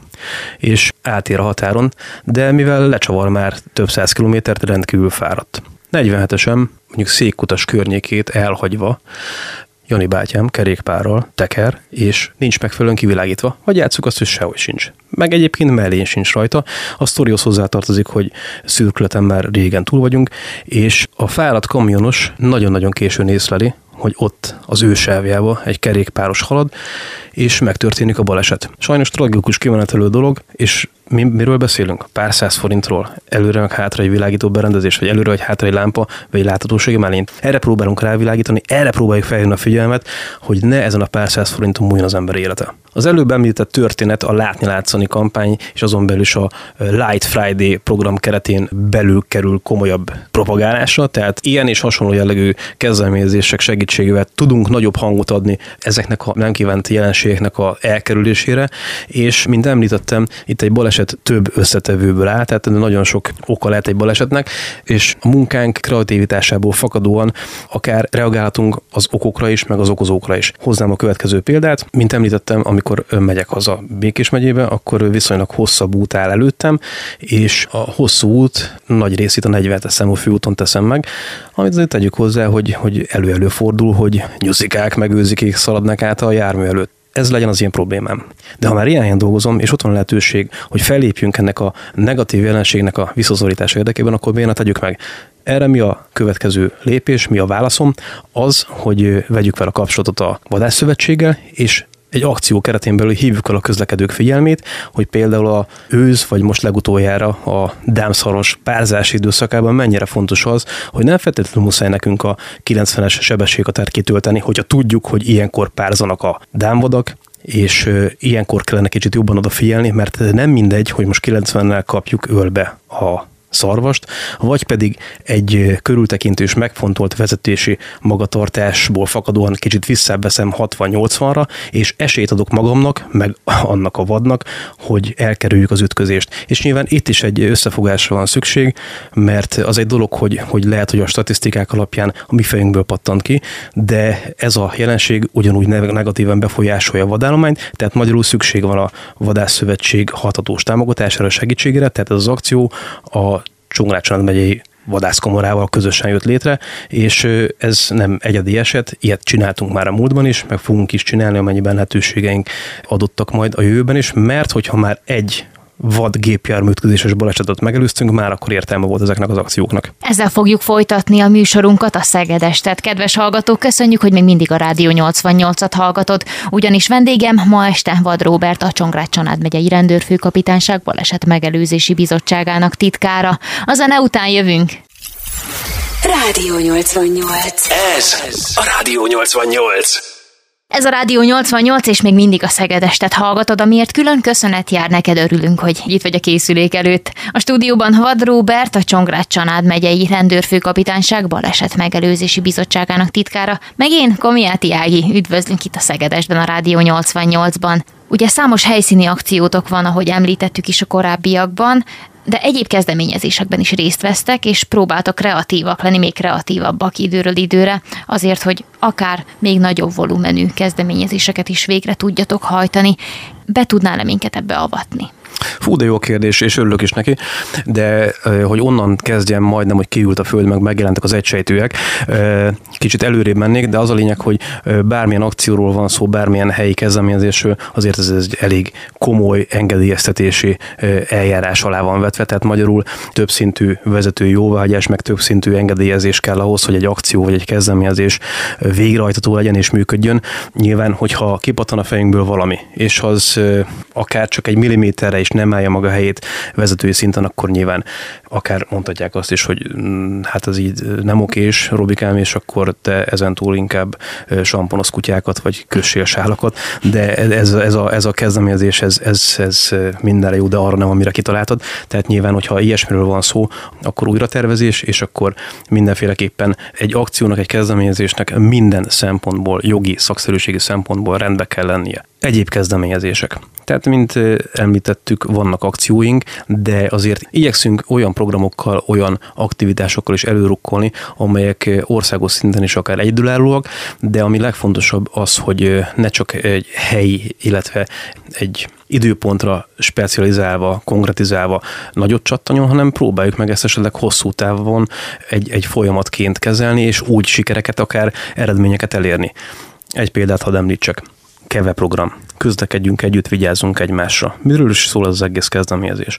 [SPEAKER 4] és átér a határon, de mivel lecsavar már több száz kilométert, rendkívül fáradt. negyvenhetesen, mondjuk Székkutas környékét elhagyva, Jani bátyám kerékpárral teker, és nincs megfelelően kivilágítva, vagy játsszuk azt, hogy sehogy sincs. Meg egyébként mellén sincs rajta. A sztorihoz hozzátartozik, hogy szürkületen már régen túl vagyunk, és a fáradt kamionos nagyon-nagyon későn észleli, hogy ott az ő sávjába egy kerékpáros halad, és megtörténik a baleset. Sajnos tragikus kimenetelő dolog, és mi, miről beszélünk? Pár száz forintról. Előre meg hátra egy világító berendezés, vagy előre vagy hátra egy lámpa, vagy egy láthatósági mellényt. Erre próbálunk rávilágítani, erre próbáljuk felhívni a figyelmet, hogy ne ezen a pár száz forinton múljon az ember élete. Az előbb említett történet a látni-látszani kampány, és azon belül is a Light Friday program keretén belül kerül komolyabb propagálásra, tehát ilyen és hasonló jellegű kezdeményezések segítségével tudunk nagyobb hangot adni ezeknek a nem kívánt jelenségeknek a elkerülésére, és mint említettem, itt egy baleset több összetevőből áll, tehát nagyon sok oka lehet egy balesetnek, és a munkánk kreativitásából fakadóan akár reagálhatunk az okokra is, meg az okozókra is. Hoznám a következő példát, mint említettem, amikor megyek haza Békés megyébe, akkor viszonylag hosszabb út áll előttem, és a hosszú út nagy részét a negyvenhetes számú főúton teszem meg, amit azért tegyük hozzá, hogy, hogy elő-elő fordul, hogy nyuszikák, meg őzikék szaladnak át a jármű előtt. Ez legyen az én problémám. De ha már ilyen helyen dolgozom, és ott van a lehetőség, hogy fellépjünk ennek a negatív jelenségnek a visszaszorítása érdekében, akkor miért ne tegyük meg? Erre mi a következő lépés, mi a válaszom? Az, hogy vegyük fel a kapcsolatot a Vadászszövetséggel, és egy akció keretén belül hívjuk el a közlekedők figyelmét, hogy például a ősz, vagy most legutoljára a dámszaros párzási időszakában mennyire fontos az, hogy nem feltétlenül muszáj nekünk a kilencvenes sebességhatárt kitölteni, hogyha tudjuk, hogy ilyenkor párzanak a dámvadak, és ilyenkor kellene kicsit jobban odafigyelni, mert nem mindegy, hogy most kilencvennel kapjuk ölbe a szarvast, vagy pedig egy körültekintős, megfontolt vezetési magatartásból fakadóan kicsit visszaveszem hatvan-nyolcvanra, és esélyt adok magamnak, meg annak a vadnak, hogy elkerüljük az ütközést. És nyilván itt is egy összefogásra van szükség, mert az egy dolog, hogy, hogy lehet, hogy a statisztikák alapján a mi fejünkből pattant ki, de ez a jelenség ugyanúgy negatíven befolyásolja a vadállományt, tehát magyarul szükség van a Vadászszövetség hathatós támogatására, segítségére, tehát ez az akció a Csongrád-Csanád megyei vadászkamorával közösen jött létre, és ez nem egyedi eset, ilyet csináltunk már a múltban is, meg fogunk is csinálni, amennyiben lehetőségeink adottak majd a jövőben is, mert hogyha már egy vad gépjárműütközéses balesetet megelőztünk, már akkor értelme volt ezeknek az akcióknak.
[SPEAKER 3] Ezzel fogjuk folytatni a műsorunkat, a Szegedestet. Kedves hallgatók, köszönjük, hogy még mindig a Rádió nyolcvannyolcat hallgatod, ugyanis vendégem ma este Vad Róbert, a Csongrád-Csanád megyei rendőrfőkapitányság baleset megelőzési bizottságának titkára. A zene után jövünk.
[SPEAKER 1] Rádió nyolcvannyolc.
[SPEAKER 2] Ez a Rádió nyolcvannyolc.
[SPEAKER 3] Ez a Rádió nyolcvannyolc, és még mindig a Szegedestet hallgatod, amiért külön köszönet jár neked, örülünk, hogy itt vagy a készülék előtt. A stúdióban Vad Róbert, a Csongrád-Csanád megyei rendőrfőkapitányság baleset megelőzési bizottságának titkára, meg én, Komiáti Ági, üdvözlünk itt a Szegedesben, a Rádió nyolcvannyolcban. Ugye számos helyszíni akciótok van, ahogy említettük is a korábbiakban, de egyéb kezdeményezésekben is részt vesztek, és próbáltak kreatívak lenni, még kreatívabbak időről időre, azért, hogy akár még nagyobb volumenű kezdeményezéseket is végre tudjatok hajtani. Be tudnál-e minket ebbe avatni?
[SPEAKER 4] Fú, de jó kérdés, és örülök is neki, de hogy onnan kezdjem, majdnem, hogy kiült a föld, meg megjelentek az egysejtőek. Kicsit előrébb mennék, de az a lényeg, hogy bármilyen akcióról van szó, bármilyen helyi kezdeményezésről, azért ez egy elég komoly engedélyeztetési eljárás alá van vetve, tehát magyarul többszintű vezetői jóváhagyás, meg többszintű engedélyezés kell ahhoz, hogy egy akció vagy egy kezdeményezés végrehajtható legyen és működjön. Nyilván, hogyha kipattan a fejünkből valami, és az akár csak egy milliméterre is nem állja maga helyét vezetői szinten, akkor nyilván akár mondhatják azt is, hogy hát ez így nem okés, Robikám, és akkor te ezentúl inkább samponosz kutyákat, vagy kössél sálakat, de ez, ez, a, ez a kezdeményezés, ez, ez, ez mindenre jó, de arra nem, amire kitaláltad. Tehát nyilván, hogyha ilyesmiről van szó, akkor újra tervezés, és akkor mindenféleképpen egy akciónak, egy kezdeményezésnek minden szempontból, jogi, szakszerűségi szempontból rendbe kell lennie. Egyéb kezdeményezések. Tehát, mint említettük, vannak akcióink, de azért igyekszünk olyan programokkal, olyan aktivitásokkal is előrukkolni, amelyek országos szinten is akár egyedülállóak, de ami legfontosabb az, hogy ne csak egy helyi, illetve egy időpontra specializálva, konkretizálva nagyot csattanjon, hanem próbáljuk meg ezt esetleg hosszú távon egy, egy folyamatként kezelni, és úgy sikereket, akár eredményeket elérni. Egy példát hadd említsek. Keve program. Közlekedjünk együtt, vigyázzunk egymásra. Miről is szól az egész kezdeményezés?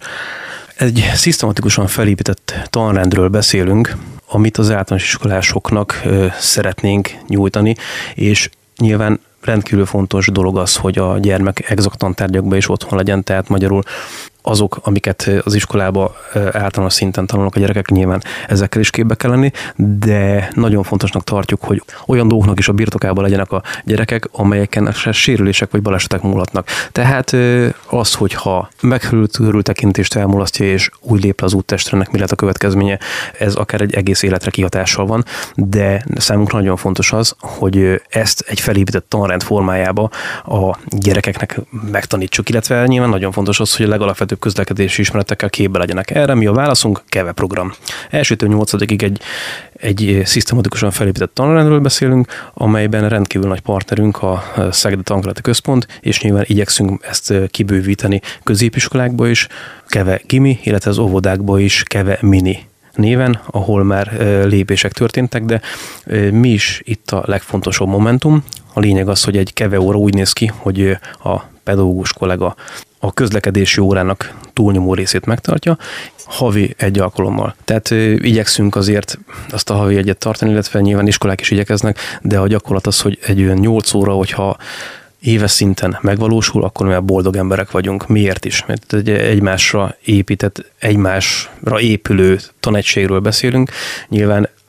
[SPEAKER 4] Egy szisztematikusan felépített tanrendről beszélünk, amit az általános iskolásoknak ö, szeretnénk nyújtani, és nyilván rendkívül fontos dolog az, hogy a gyermek exakt tantárgyakban is otthon legyen, tehát magyarul azok, amiket az iskolába általános szinten tanulnak a gyerekek, nyilván ezekkel is képbe kell lenni, de nagyon fontosnak tartjuk, hogy olyan dolgoknak is a birtokában legyenek a gyerekek, amelyeken sérülések vagy balesetek múlhatnak. Tehát az, hogyha megfelelő körültekintést elmulasztja és úgy lép le az úttestre, ennek mi lett a következménye, ez akár egy egész életre kihatással van, de számunkra nagyon fontos az, hogy ezt egy felépített tanrend formájába a gyerekeknek megtanítsuk, illetve nyilván nagyon fontos az, hogy a legalapvetőbb közlekedési ismeretekkel képbe legyenek. Erre mi a válaszunk? Keve program. Elsőtől nyolcadikig egy, egy szisztematikusan felépített tanrendről beszélünk, amelyben rendkívül nagy partnerünk a Szegedi Tankereti Központ, és nyilván igyekszünk ezt kibővíteni középiskolákba is, Keve Gimi, illetve az óvodákba is Keve Mini néven, ahol már lépések történtek, de mi is itt a legfontosabb momentum. A lényeg az, hogy egy Keve óra úgy néz ki, hogy a pedagógus kollega a közlekedési órának túlnyomó részét megtartja, havi egy alkalommal. Tehát igyekszünk azért azt a havi egyet tartani, illetve nyilván iskolák is igyekeznek, de a gyakorlat az, hogy egy olyan nyolc óra, hogyha éves szinten megvalósul, akkor mi a boldog emberek vagyunk. Miért is? Mert egy egymásra épített, egymásra épülő tanegységről beszélünk. Nyilván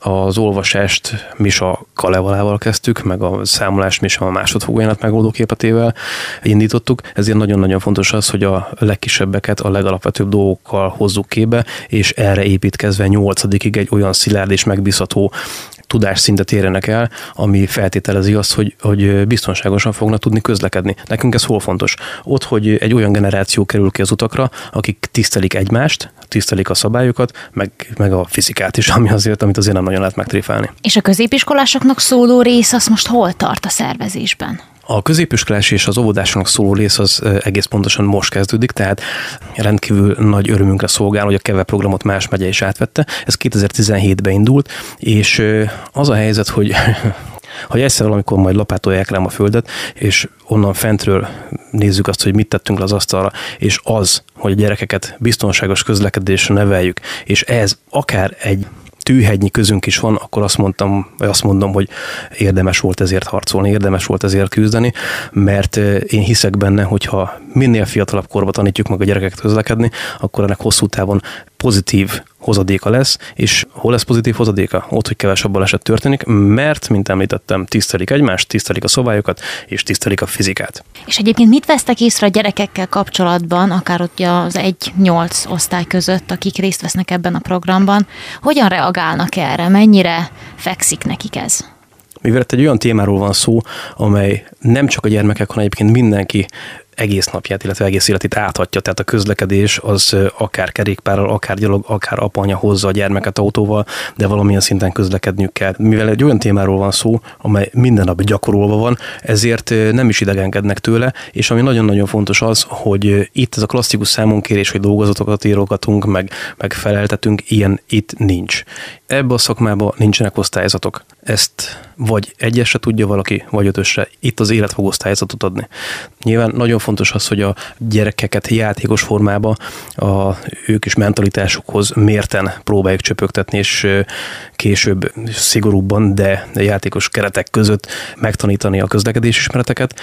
[SPEAKER 4] Az olvasást Misa Kalevalával kezdtük, meg a számolást Misa a másodfogójánat megoldó képetével indítottuk. Ezért nagyon-nagyon fontos az, hogy a legkisebbeket a legalapvetőbb dolgokkal hozzuk képbe, és erre építkezve nyolcadikig egy olyan szilárd és megbízható tudásszintet érjenek el, ami feltételezi azt, hogy, hogy biztonságosan fognak tudni közlekedni. Nekünk ez hol fontos? Ott, hogy egy olyan generáció kerül ki az utakra, akik tisztelik egymást, tisztelik a szabályokat, meg, meg a fizikát is, ami azért, amit azért nem nagyon lehet megtréfálni.
[SPEAKER 3] És a középiskolásoknak szóló rész az most hol tart a szervezésben?
[SPEAKER 4] A középiskolás és az óvodásoknak szóló rész az egész pontosan most kezdődik, tehát rendkívül nagy örömünkre szolgál, hogy a KEVE programot más megye is átvette. Ez kétezer-tizenhétben indult, és az a helyzet, hogy hogy egyszer valamikor majd lapátolják rám a földet, és onnan fentről nézzük azt, hogy mit tettünk le az asztalra, és az, hogy a gyerekeket biztonságos közlekedésre neveljük, és ez akár egy tűhegynyi közünk is van, akkor azt mondtam, vagy azt mondom, hogy érdemes volt ezért harcolni, érdemes volt ezért küzdeni, mert én hiszek benne, hogyha minél fiatalabb korba tanítjuk meg a gyerekeket közlekedni, akkor ennek hosszú távon pozitív hozadéka lesz, és hol lesz pozitív hozadéka? Ott, hogy kevesebb baleset történik, mert, mint említettem, tisztelik egymást, tisztelik a szabályokat, és tisztelik a fizikát.
[SPEAKER 3] És egyébként mit vesztek észre a gyerekekkel kapcsolatban, akár ott az egy-nyolc osztály között, akik részt vesznek ebben a programban? Hogyan reagálnak erre? Mennyire fekszik nekik ez?
[SPEAKER 4] Mivel egy olyan témáról van szó, amely nem csak a gyermekek, hanem egyébként mindenki egész napját, illetve egész életét áthatja, tehát a közlekedés az akár kerékpárral, akár gyalog, akár apa-anya hozza a gyermeket autóval, de valamilyen szinten közlekedniük kell. Mivel egy olyan témáról van szó, amely minden nap gyakorolva van, ezért nem is idegenkednek tőle, és ami nagyon-nagyon fontos az, hogy itt ez a klasszikus számonkérés, hogy dolgozatokat írogatunk, meg, meg feleltetünk, ilyen itt nincs. Ebbe a szakmában nincsenek osztályzatok. Ezt vagy egyesre tudja valaki, vagy ötösre. Itt az élet fog osztályzatot adni. Nyilván nagyon fontos az, hogy a gyerekeket játékos formába a, ők is mentalitásukhoz mérten próbáljuk csöpögtetni, és később szigorúbban, de játékos keretek között megtanítani a közlekedés ismereteket,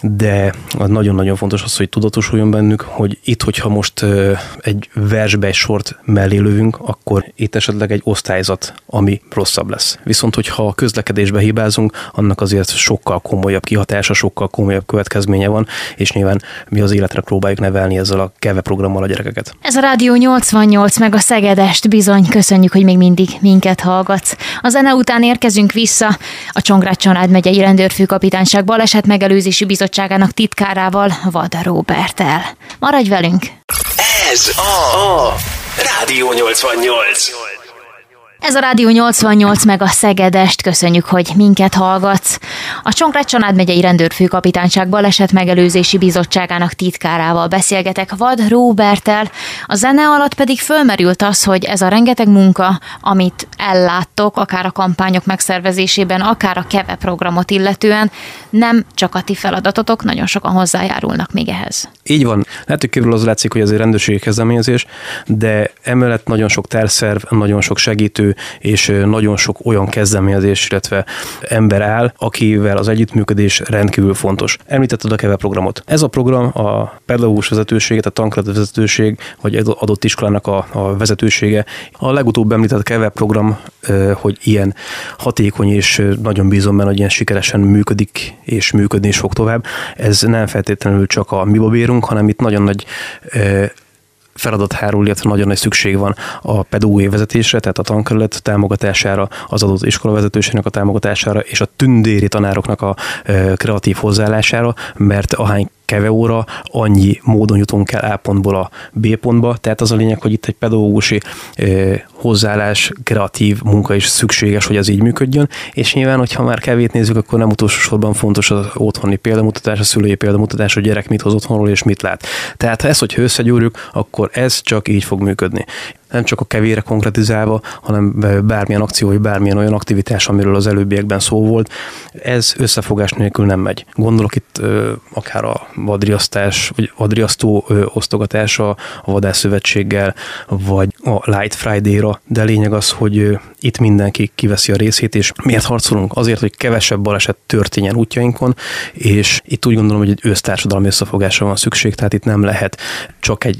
[SPEAKER 4] de nagyon-nagyon fontos az, hogy tudatosuljon bennük, hogy itt, hogyha most egy versbe egy sort mellé lövünk, akkor itt esetleg egy osztályzat, ami rosszabb lesz. Viszont, hogyha a közlekedésbe hibázunk, annak azért sokkal komolyabb kihatása, sokkal komolyabb következménye van, és nyilván mi az életre próbáljuk nevelni ezzel a KEVE programmal a gyerekeket.
[SPEAKER 3] Ez a Rádió nyolcvannyolc meg a Szegedest, bizony, köszönjük, hogy még mindig minket hallgatsz. A zene után érkezünk vissza a Csongrád megyei rendőrfőkapitányság baleset megelőzési bizottságának titkárával, Vad Róberttel. Maradj velünk!
[SPEAKER 2] Ez a, a Rádió nyolcvannyolc.
[SPEAKER 3] Ez a Rádió nyolcvannyolc meg a Szegedest, köszönjük, hogy minket hallgatsz. A Csongrád megyei rendőrfőkapitányság baleset megelőzési bizottságának titkárával beszélgetek, Vad Róberttel. A zene alatt pedig fölmerült az, hogy ez a rengeteg munka, amit elláttok, akár a kampányok megszervezésében, akár a KEVE programot illetően, nem csak a ti feladatotok, nagyon sokan hozzájárulnak még ehhez.
[SPEAKER 4] Így van. Lehet, hogy kívül az látszik, hogy ez egy rendőrségi kezdeményezés, de emellett nagyon sok társzerv, nagyon sok segítő, és nagyon sok olyan kezdeményezés, illetve ember áll, akivel az együttműködés rendkívül fontos. Említetted a KEVE programot. Ez a program a pedagógus vezetősége, a tankerület vezetőség, vagy adott iskolának a, a vezetősége. A legutóbb említett KEVE program, hogy ilyen hatékony, és nagyon bízom benne, hogy ilyen sikeresen működik, és működni is fog tovább. Ez nem feltétlenül csak a mi babérunk, hanem itt nagyon nagy feladat hárul, illetve nagyon nagy szükség van a pedagógiai vezetésre, tehát a tankerület támogatására, az adott iskola vezetőségnek a támogatására, és a tündéri tanároknak a kreatív hozzáállására, mert ahány KEVE óra, annyi módon jutunk el A pontból a B pontba, tehát az a lényeg, hogy itt egy pedagógusi eh, hozzáállás, kreatív munka is szükséges, hogy ez így működjön, és nyilván, hogyha már kevét nézzük, akkor nem utolsó sorban fontos az otthoni példamutatás, a szülői példamutatás, hogy a gyerek mit hoz otthonról és mit lát. Tehát ha ezt, hogy összegyúrjuk, akkor ez csak így fog működni. Nem csak a kevére konkretizálva, hanem bármilyen akció, vagy bármilyen olyan aktivitás, amiről az előbbiekben szó volt, ez összefogás nélkül nem megy. Gondolok itt ö, akár a vadriasztás, vagy vadriasztó ö, osztogatása a vadászszövetséggel, vagy a Light Friday-ra, de a lényeg az, hogy ö, itt mindenki kiveszi a részét, és miért harcolunk? Azért, hogy kevesebb baleset történjen útjainkon, és itt úgy gondolom, hogy egy össztársadalmi összefogásra van szükség, tehát itt nem lehet csak egy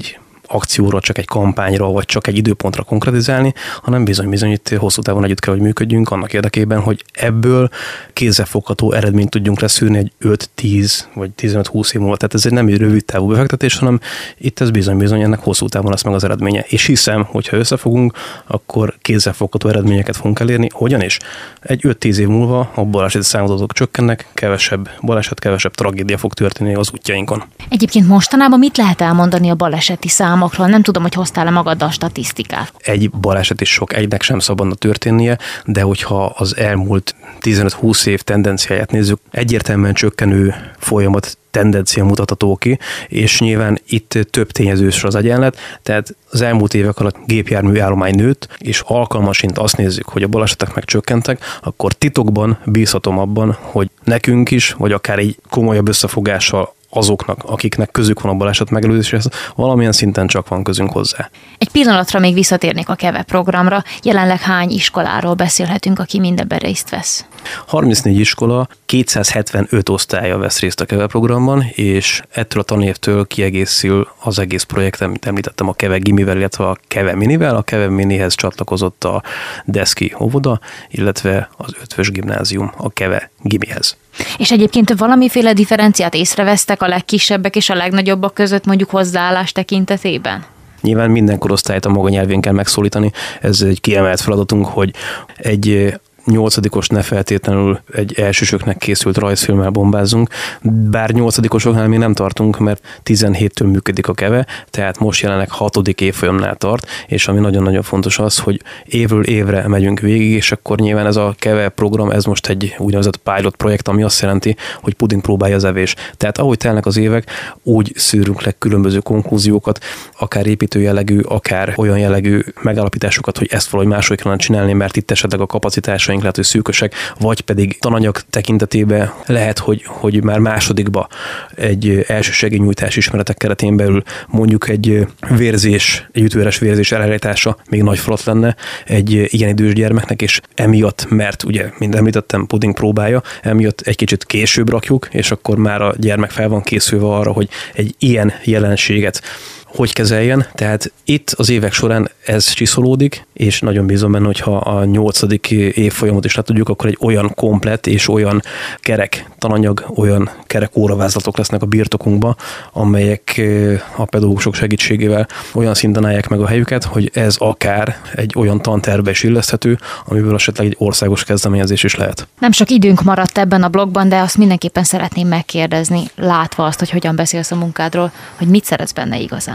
[SPEAKER 4] akcióra, csak egy kampányra, vagy csak egy időpontra konkretizálni, hanem bizony-bizony itt hosszú távon együtt kell, hogy működjünk annak érdekében, hogy ebből kézzelfogható eredményt tudjunk leszűrni egy öt-tíz vagy tizenöt-húsz év múlva. Tehát ez egy nem egy rövid távú befektetés, hanem itt ez bizony-bizony ennek hosszú távon lesz meg az eredménye. És hiszem, hogyha összefogunk, akkor kézzelfogható eredményeket fogunk elérni. Hogyan is? Egy öt-tíz év múlva a baleseti számadatok csökkennek, kevesebb baleset, kevesebb tragédia fog történni az útjainkon.
[SPEAKER 3] Egyébként mostanában mit lehet elmondani a baleseti számokról? Nem tudom, hogy hoztál-e magaddal statisztikát.
[SPEAKER 4] Egy baleset is sok, egynek sem szabadna történnie, de hogyha az elmúlt tizenöt-húsz év tendenciáját nézzük, egyértelműen csökkenő folyamat tendencia mutatható ki, és nyilván itt több tényezős az egyenlet, tehát az elmúlt évek alatt gépjármű állomány nőtt, és alkalmasint azt nézzük, hogy a balesetek megcsökkentek, akkor titokban bízhatom abban, hogy nekünk is, vagy akár egy komolyabb összefogással azoknak, akiknek közük van a baleset megelőzéshez, valamilyen szinten csak van közünk hozzá.
[SPEAKER 3] Egy pillanatra még visszatérnék a KEVE programra. Jelenleg hány iskoláról beszélhetünk, aki mindenben részt vesz?
[SPEAKER 4] harmincnégy iskola, kétszázhetvenöt osztálya vesz részt a KEVE programban, és ettől a tanévtől kiegészül az egész projekt, amit említettem, a KEVE Gimivel, illetve a KEVE Minivel. A KEVE Minihez csatlakozott a Deszki óvoda, illetve az Ötvös gimnázium a KEVE Gimihez.
[SPEAKER 3] És egyébként valamiféle differenciát észrevesztek a legkisebbek és a legnagyobbak között, mondjuk hozzáállás tekintetében?
[SPEAKER 4] Nyilván minden korosztályt a maga nyelvén kell megszólítani. Ez egy kiemelt feladatunk, hogy egy nyolcadikos ne feltétlenül egy elsősöknek készült rajzfilmmel bombázunk, bár nyolcadikosoknál még nem tartunk, mert tizenhéttől működik a KEVE, tehát most jelenleg hatodik évfolyamnál tart, és ami nagyon-nagyon fontos az, hogy évről évre megyünk végig, és akkor nyilván ez a KEVE program, ez most egy úgynevezett pilot projekt, ami azt jelenti, hogy puding próbálja az evés. Tehát ahogy telnek az évek, úgy szűrünk le különböző konklúziókat, akár építő jellegű, akár olyan jellegű megállapításokat, hogy ezt valahogy máshogy kellene csinálni, mert itt esetleg a kapacitás lehet, hogy szűkösek, vagy pedig tananyag tekintetében lehet, hogy, hogy már másodikba egy elsősegélynyújtás ismeretek keretén belül mondjuk egy vérzés, egy ütőeres vérzés elhelytása még nagy falat lenne egy ilyen idős gyermeknek, és emiatt, mert ugye, mint említettem, puding próbája, emiatt egy kicsit később rakjuk, és akkor már a gyermek fel van készülve arra, hogy egy ilyen jelenséget hogy kezeljen. Tehát itt az évek során ez csiszolódik, és nagyon bízom benne, hogyha a nyolcadik évfolyamot is le tudjuk, akkor egy olyan komplett és olyan kerek tananyag, olyan kerek óravázlatok lesznek a birtokunkba, amelyek a pedagógusok segítségével olyan szinten állják meg a helyüket, hogy ez akár egy olyan tantervbe is illeszthető, amiből esetleg egy országos kezdeményezés is lehet.
[SPEAKER 3] Nem sok időnk maradt ebben a blogban, de azt mindenképpen szeretném megkérdezni, látva azt, hogy hogyan beszélsz a munkádról, hogy mit szeretsz benne igazán.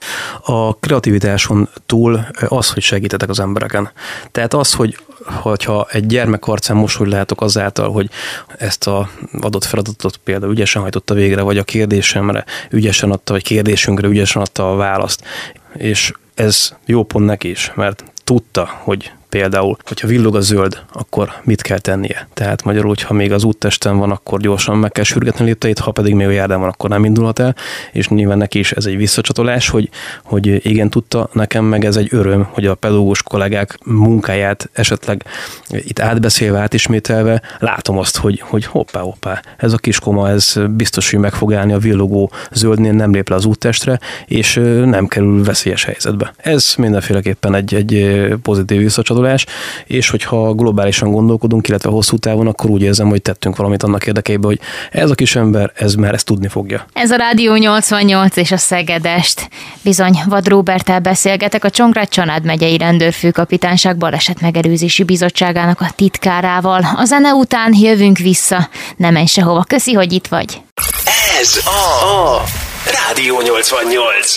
[SPEAKER 4] A kreativitáson túl az, hogy segítetek az embereken. Tehát az, hogy hogyha egy gyermek arcán mosolyt látok azáltal, hogy ezt az adott feladatot például ügyesen hajtotta végre, vagy a kérdésemre ügyesen adta, vagy kérdésünkre ügyesen adta a választ. És ez jó pont neki is, mert tudta, hogy például, hogyha villog a zöld, akkor mit kell tennie. Tehát magyarul, hogyha még az úttesten van, akkor gyorsan meg kell sürgetni lépteit, ha pedig még a járdán van, akkor nem indulhat el, és nyilván neki is ez egy visszacsatolás, hogy, hogy igen, tudta, nekem meg ez egy öröm, hogy a pedagógus kollégák munkáját esetleg itt átbeszélve, átismételve látom azt, hogy, hogy hoppá, hoppá, ez a kiskoma, ez biztos, hogy meg fog állni a villogó zöldnél, nem lép le az úttestre, és nem kerül veszélyes helyzetbe. Ez mindenféleképpen egy, egy pozitív visszacsatolás, és hogyha globálisan gondolkodunk, illetve hosszú távon, akkor úgy érzem, hogy tettünk valamit annak érdekében, hogy ez a kis ember, ez már ezt tudni fogja.
[SPEAKER 3] Ez a Rádió nyolcvannyolc és a Szegedest. Bizony, Vad Róberttel beszélgetek, a Csongrád-Csanád megyei rendőrfőkapitányság balesetmegelőzési bizottságának a titkárával. A zene után jövünk vissza. Ne menj sehova. Köszi, hogy itt vagy.
[SPEAKER 2] Ez a, a Rádió nyolcvannyolc.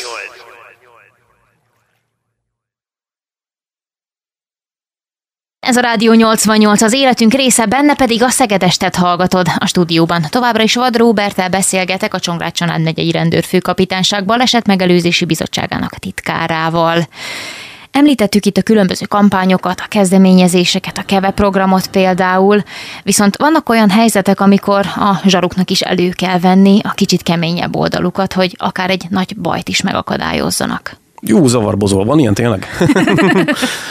[SPEAKER 3] Ez a Rádió nyolcvannyolc, az életünk része, benne pedig a Szegedestet hallgatod a stúdióban. Továbbra is Vad Róberttel beszélgetek, a Csongrád-Csanád megyei rendőrfőkapitányság balesetmegelőzési bizottságának a titkárával. Említettük itt a különböző kampányokat, a kezdeményezéseket, a KEVE programot például, viszont vannak olyan helyzetek, amikor a zsaruknak is elő kell venni a kicsit keményebb oldalukat, hogy akár egy nagy bajt is megakadályozzanak.
[SPEAKER 4] Jó, zavarbozol, van ilyen tényleg?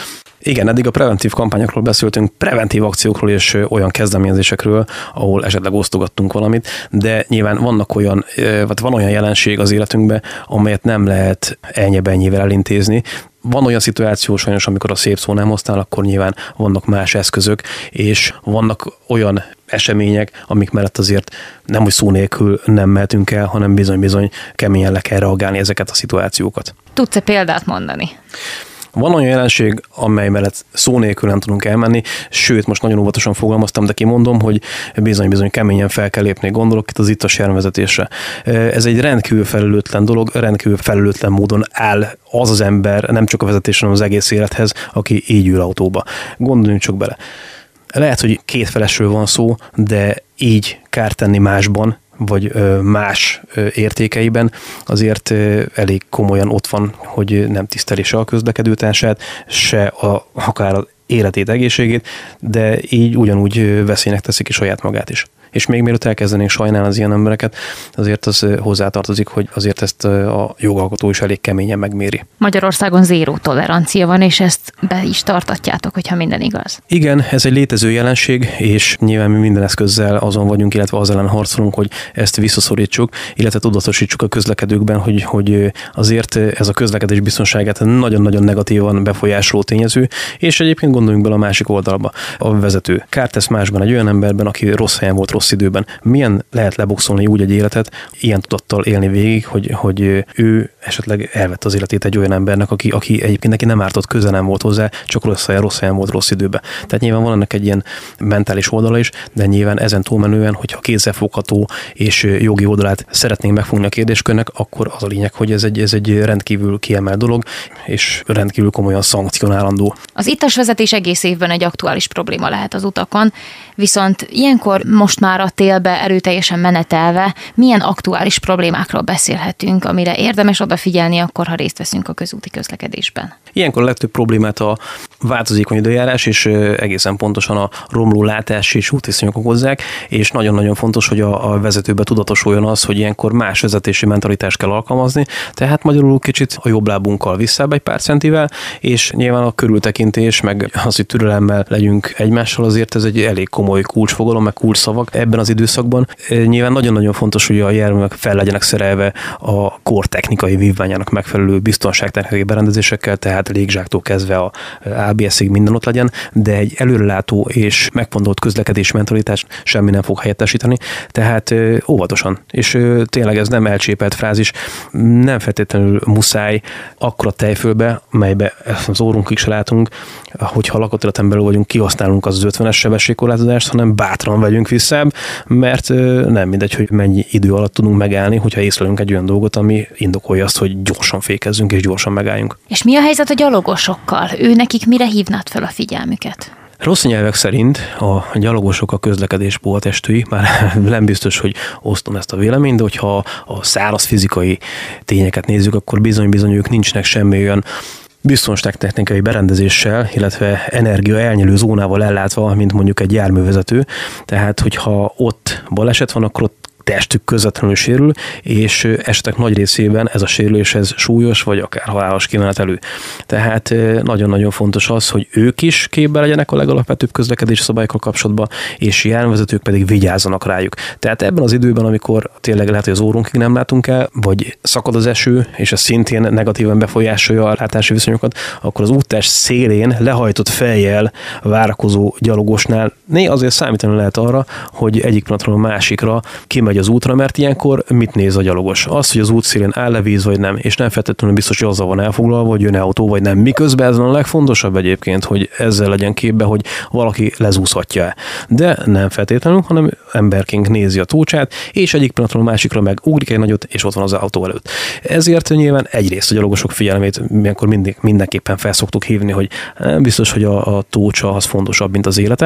[SPEAKER 4] Igen, eddig a preventív kampányokról beszéltünk, preventív akciókról és olyan kezdeményezésekről, ahol esetleg osztogattunk valamit, de nyilván vannak olyan, vagy van olyan jelenség az életünkben, amelyet nem lehet ennyi-ennyivel elintézni. Van olyan szituáció sajnos, amikor a szép szó nem hoztál, akkor nyilván vannak más eszközök, és vannak olyan események, amik mellett azért nem, hogy szó nélkül nem mehetünk el, hanem bizony-bizony keményen le kell reagálni ezeket a szituációkat.
[SPEAKER 3] Tudsz-e példát mondani?
[SPEAKER 4] Van olyan jelenség, amely mellett szó nélkül nem tudunk elmenni, sőt, most nagyon óvatosan fogalmaztam, de kimondom, hogy bizony-bizony keményen fel kell lépni, gondolok itt az ittas járművezetésre. Ez egy rendkívül felelőtlen dolog, rendkívül felelőtlen módon áll az az ember, nem csak a vezetés, hanem az egész élethez, aki így ül autóba. Gondoljunk csak bele. Lehet, hogy kétfelesről van szó, de így kárt tenni másban, vagy más értékeiben, azért elég komolyan ott van, hogy nem tiszteli se a közlekedőtársát, se a, akár az életét, egészségét, de így ugyanúgy veszélynek teszi ki saját magát is. És még mielőtt elkezdenénk sajnálni az ilyen embereket, azért az hozzátartozik, hogy azért ezt a jogalkotó is elég keményen megméri.
[SPEAKER 3] Magyarországon zéró tolerancia van, és ezt be is tartatjátok, hogyha minden igaz.
[SPEAKER 4] Igen, ez egy létező jelenség, és nyilván mi minden eszközzel azon vagyunk, illetve az ellen harcolunk, hogy ezt visszaszorítsuk, illetve tudatosítsuk a közlekedőkben, hogy, hogy azért ez a közlekedés biztonságát nagyon-nagyon negatívan befolyásoló tényező, és egyébként gondoljunk bele a másik oldalba. A vezető kárt tesz másban egy olyan emberben, aki rossz helyen volt, rossz időben. Milyen lehet leboxolni úgy egy életet, ilyen tudattal élni végig, hogy, hogy ő esetleg elvette az életét egy olyan embernek, aki, aki egyébként neki nem ártott, köze nem volt hozzá, csak rossz helyen, rossz helyen volt, rossz időben. Tehát nyilván van ennek egy ilyen mentális oldala is, de nyilván ezen túlmenően, hogyha kézzelfogható és jogi oldalát szeretnénk megfogni a kérdéskörnek, akkor az a lényeg, hogy ez egy, ez egy rendkívül kiemelt dolog, és rendkívül komolyan szankcionálandó.
[SPEAKER 3] Az ittas vezetés egész évben egy aktuális probléma lehet az utakon, viszont ilyenkor most már a télbe erőteljesen menetelve milyen aktuális problémákról beszélhetünk, amire érdemes odafigyelni akkor, ha részt veszünk a közúti közlekedésben?
[SPEAKER 4] Ilyenkor a legtöbb problémát a változékony időjárás és egészen pontosan a romló látás és útviszonyok okozzák, és nagyon-nagyon fontos, hogy a, a vezetőbe tudatosuljon az, hogy ilyenkor más vezetési mentalitást kell alkalmazni, tehát magyarul kicsit a jobb lábunkkal visszább egy pár centivel, és nyilván a körültekintés, meg az, hogy türelemmel legyünk egymással, azért ez egy elég komoly kulcsfogalom, meg kulcsszavak ebben az időszakban. Nyilván nagyon-nagyon fontos, hogy a járművek fel legyenek szerelve a kor technikai vívmányának megfelelő biztonságtechnikai berendezésekkel, tehát légzsáktól kezdve a á bé es-ig minden ott legyen, de egy előrelátó és megfontolt közlekedés mentalitás semmi nem fog helyettesíteni, tehát óvatosan. És tényleg ez nem elcsépelt frázis, nem feltétlenül muszáj akkora tejfölbe, melybe az órunkig se látunk, hogyha lakóterületen belül vagyunk, kihasználunk az ötvenes sebességkorlátozást, hanem bátran vegyünk visszább, mert nem mindegy, hogy mennyi idő alatt tudunk megállni, hogyha észlelünk egy olyan dolgot, ami indokolja azt, hogy gyorsan fékezzünk és gyorsan megálljunk.
[SPEAKER 3] És mi a helyzet a gyalogosokkal? Ő nekik mire hívnád fel a figyelmüket?
[SPEAKER 4] Rossz nyelvek szerint a gyalogosok a közlekedés pótestői, már nem biztos, hogy osztom ezt a véleményt, de hogyha a száraz fizikai tényeket nézzük, akkor bizony-bizony ők nincsenek semmi olyan biztonságtechnikai berendezéssel, illetve energia elnyelő zónával ellátva, mint mondjuk egy járművezető. Tehát, hogyha ott baleset van, akkor ott testük közvetlenül sérül, és esetek nagy részében ez a sérülés ez súlyos, vagy akár halálos kimenetelő. Tehát nagyon-nagyon fontos az, hogy ők is képben legyenek a legalapvetőbb közlekedési szabályokkal kapcsolatban, és járművezetők pedig vigyázzanak rájuk. Tehát ebben az időben, amikor tényleg lehet, hogy az órunkig nem látunk el, vagy szakad az eső, és ez szintén negatívan befolyásolja a látási viszonyokat, akkor az úttest szélén lehajtott fejjel várakozó gyalogosnál né azért számítani lehet arra, hogy egyik pillanatról a másikra kimegy az útra, mert ilyenkor mit néz a gyalogos? Az, hogy az útszélén áll-e víz, vagy nem, és nem feltétlenül biztos, hogy azzal van elfoglalva, hogy jön-e autó, vagy nem. Miközben ez a legfontosabb egyébként, hogy ezzel legyen képbe, hogy valaki lezúszhatja-e. De nem feltétlenül, hanem emberként nézi a tócsát, és egyik pillanatról a másikra meg ugrik egy nagyot, és ott van az autó előtt. Ezért nyilván egyrészt a gyalogosok figyelmét ilyenkor mindig, mindenképpen felszoktuk hívni, hogy nem biztos, hogy a, a tócsa az fontosabb, mint az élete,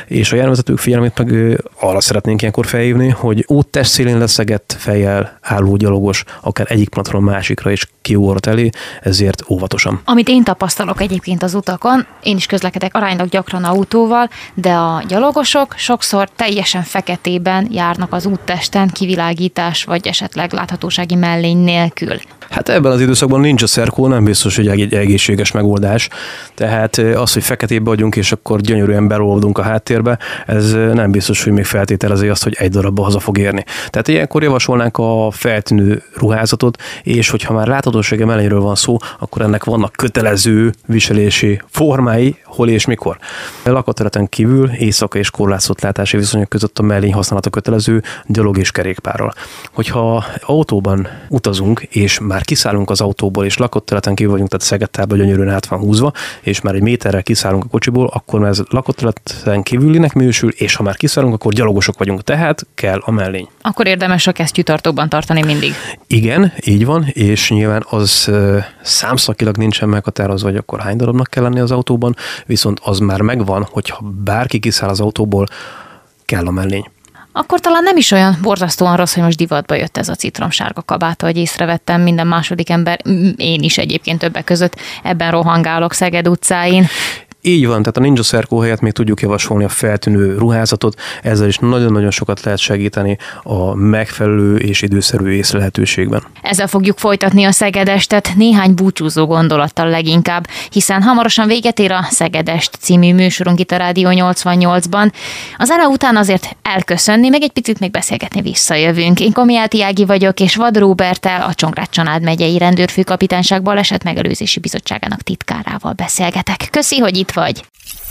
[SPEAKER 4] És a járművezetők figyelmét meg arra szeretnénk ilyenkor felhívni, hogy úttest szélén leszegett fejjel álló gyalogos, akár egyik platform másikra is kiugorhat elé, ezért óvatosan.
[SPEAKER 3] Amit én tapasztalok egyébként az utakon, én is közlekedek aránylag gyakran autóval, de a gyalogosok sokszor teljesen feketében járnak az úttesten, kivilágítás vagy esetleg láthatósági mellény nélkül.
[SPEAKER 4] Hát ebben az időszakban nincs a szerkó, nem biztos, hogy egy egészséges megoldás. Tehát az, hogy feketébe vagyunk, és akkor gyönyörűen belódunk a háttérbe, ez nem biztos, hogy még feltételezi azt, hogy egy darabba haza fog érni. Tehát ilyenkor javasolnánk a feltűnő ruházatot, és hogyha már láthatósági mellényről van szó, akkor ennek vannak kötelező viselési formái, hol és mikor. A lakóterületen kívül éjszaka és korlátozott látási viszonyok között a mellény használata kötelező gyalog és kerékpárral. Hogyha autóban utazunk, és már kiszállunk az autóból, és lakott területen kívül vagyunk, tehát Szegettában gyönyörűen át van húzva, és már egy méterrel kiszállunk a kocsiból, akkor ez lakott területen kívülinek minősül, és ha már kiszállunk, akkor gyalogosok vagyunk, tehát kell a mellény.
[SPEAKER 3] Akkor érdemes a kesztyűtartóban tartani mindig.
[SPEAKER 4] Igen, így van, és nyilván az uh, számszakilag nincsen meghatározva, hogy akkor hány darabnak kell lenni az autóban, viszont az már megvan, hogyha bárki kiszáll az autóból, kell a mellény.
[SPEAKER 3] Akkor talán nem is olyan borzasztóan rossz, hogy most divatba jött ez a citromsárga kabát, hogy észrevettem, minden második ember, én is egyébként többek között ebben rohangálok Szeged utcáin.
[SPEAKER 4] Így van, tehát a Ninja szerkó helyett még tudjuk javasolni a feltűnő ruházatot, ezzel is nagyon-nagyon sokat lehet segíteni a megfelelő és időszerű észlelhetőségben.
[SPEAKER 3] Ezzel fogjuk folytatni a Szegedestet néhány búcsúzó gondolattal leginkább, hiszen hamarosan véget ér a Szegedest című műsorunk itt a Rádió nyolcvannyolcban. A zene után azért elköszönni, meg egy picit még beszélgetni visszajövünk. Én Komiáti Ági vagyok, és Vad Róberttel, a Csongrád-Csanád megyei rendőrfőkapitányság baleset megelőzési bizottságának titkárával beszélgetek. Köszi, hogy itt vagy.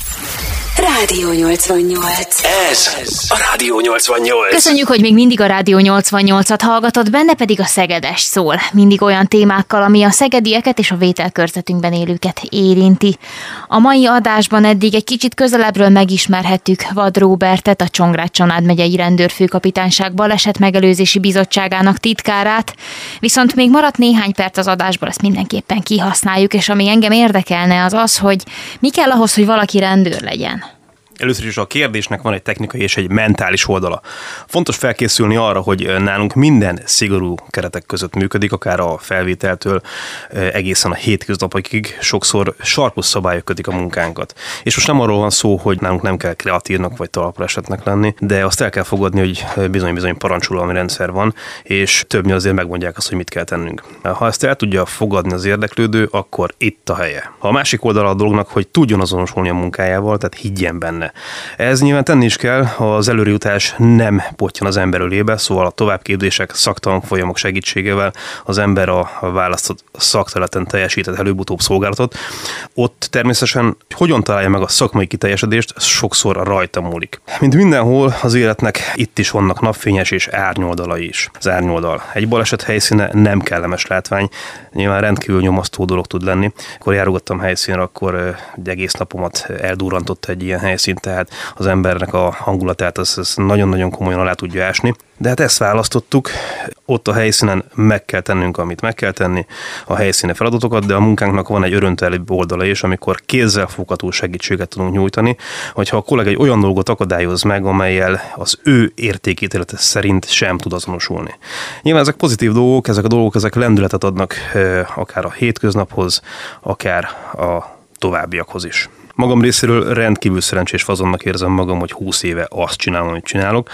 [SPEAKER 1] Rádió nyolcvannyolc.
[SPEAKER 2] Ez a Rádió nyolcvannyolc.
[SPEAKER 3] Köszönjük, hogy még mindig a Rádió nyolcvannyolcat hallgatod, benne pedig a Szegedes szól. Mindig olyan témákkal, ami a szegedieket és a vételkörzetünkben élőket érinti. A mai adásban eddig egy kicsit közelebbről megismerhettük Vad Róbertet, a Csongrád-Csanád megyei rendőrfőkapitányság baleset megelőzési bizottságának titkárát. Viszont még maradt néhány perc az adásból, ezt mindenképpen kihasználjuk, és ami engem érdekelne az az, hogy mi kell ahhoz, hogy valaki rendőr legyen.
[SPEAKER 4] Először is a kérdésnek van egy technikai és egy mentális oldala. Fontos felkészülni arra, hogy nálunk minden szigorú keretek között működik, akár a felvételtől egészen a hétköznapokig sokszor sarkos szabályok kötik a munkánkat. És most nem arról van szó, hogy nálunk nem kell kreatívnak vagy talpra esetnek lenni, de azt el kell fogadni, hogy bizony-bizony parancsolalmi rendszer van, és többnyire azért megmondják azt, hogy mit kell tennünk. Ha ezt el tudja fogadni az érdeklődő, akkor itt a helye. Ha a másik oldala a dolognak, hogy tudjon azonosulni a munkájával, tehát higgyen benne. Ez nyilván tenni is kell, az előrejutás nem pottyan az ember ölébe, szóval a továbbképzések, szaktalan folyamok segítségével az ember a választott szakterületen teljesített előbb-utóbb szolgálatot. Ott természetesen hogyan találja meg a szakmai kiteljesedést, ez sokszor rajta múlik. Mint mindenhol az életnek itt is vannak napfényes és árnyoldalai is. Az árnyoldal. Egy baleset helyszíne nem kellemes látvány, nyilván rendkívül nyomasztó dolog tud lenni. Akkor járogattam helyszínre, akkor egy egész napomat eldurrantott egy ilyen helyszín, tehát az embernek a hangulatát az, az nagyon-nagyon komolyan alá tudja ásni. De hát ezt választottuk, ott a helyszínen meg kell tennünk, amit meg kell tenni, a helyszíne feladatokat, de a munkánknak van egy örömtelibb oldala is, amikor kézzelfogható segítséget tudunk nyújtani, hogyha a kollega egy olyan dolgot akadályoz meg, amellyel az ő értékítélete szerint sem tud azonosulni. Nyilván ezek pozitív dolgok, ezek a dolgok, ezek lendületet adnak akár a hétköznaphoz, akár a továbbiakhoz is. Magam részéről rendkívül szerencsés fazonnak érzem magam, hogy húsz éve azt csinálom, amit csinálok.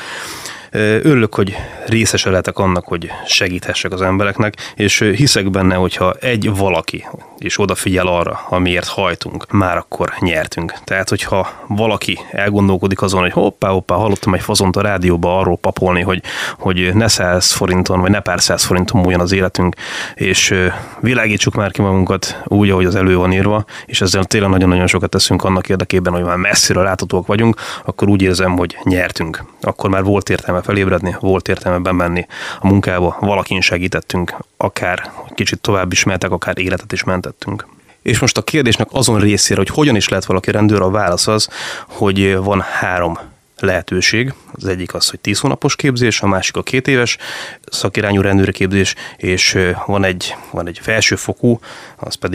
[SPEAKER 4] Örülök, hogy részese lehetek annak, hogy segíthessek az embereknek, és hiszek benne, hogyha egy valaki is odafigyel arra, amiért hajtunk, már akkor nyertünk. Tehát, hogyha valaki elgondolkodik azon, hogy hoppá, hoppá, hallottam egy fazont a rádióba arról papolni, hogy, hogy ne száz forinton, vagy ne pár száz forinton múljon az életünk, és világítsuk már ki magunkat úgy, ahogy az elő van írva, és ezzel tényleg nagyon-nagyon sokat teszünk annak érdekében, hogy már messzire láthatóak vagyunk, akkor úgy érzem, hogy nyertünk. Akkor már volt értelme felébredni, volt értelme bemenni a munkába, valakin segítettünk, akár kicsit tovább is mentek, akár életet is mentettünk. És most a kérdésnek azon részére, hogy hogyan is lehet valaki rendőr, a válasz az, hogy van három lehetőség. Az egyik az, hogy tíz hónapos képzés, a másik a két éves szakirányú rendőri képzés, és van egy, van egy felsőfokú, az pedig a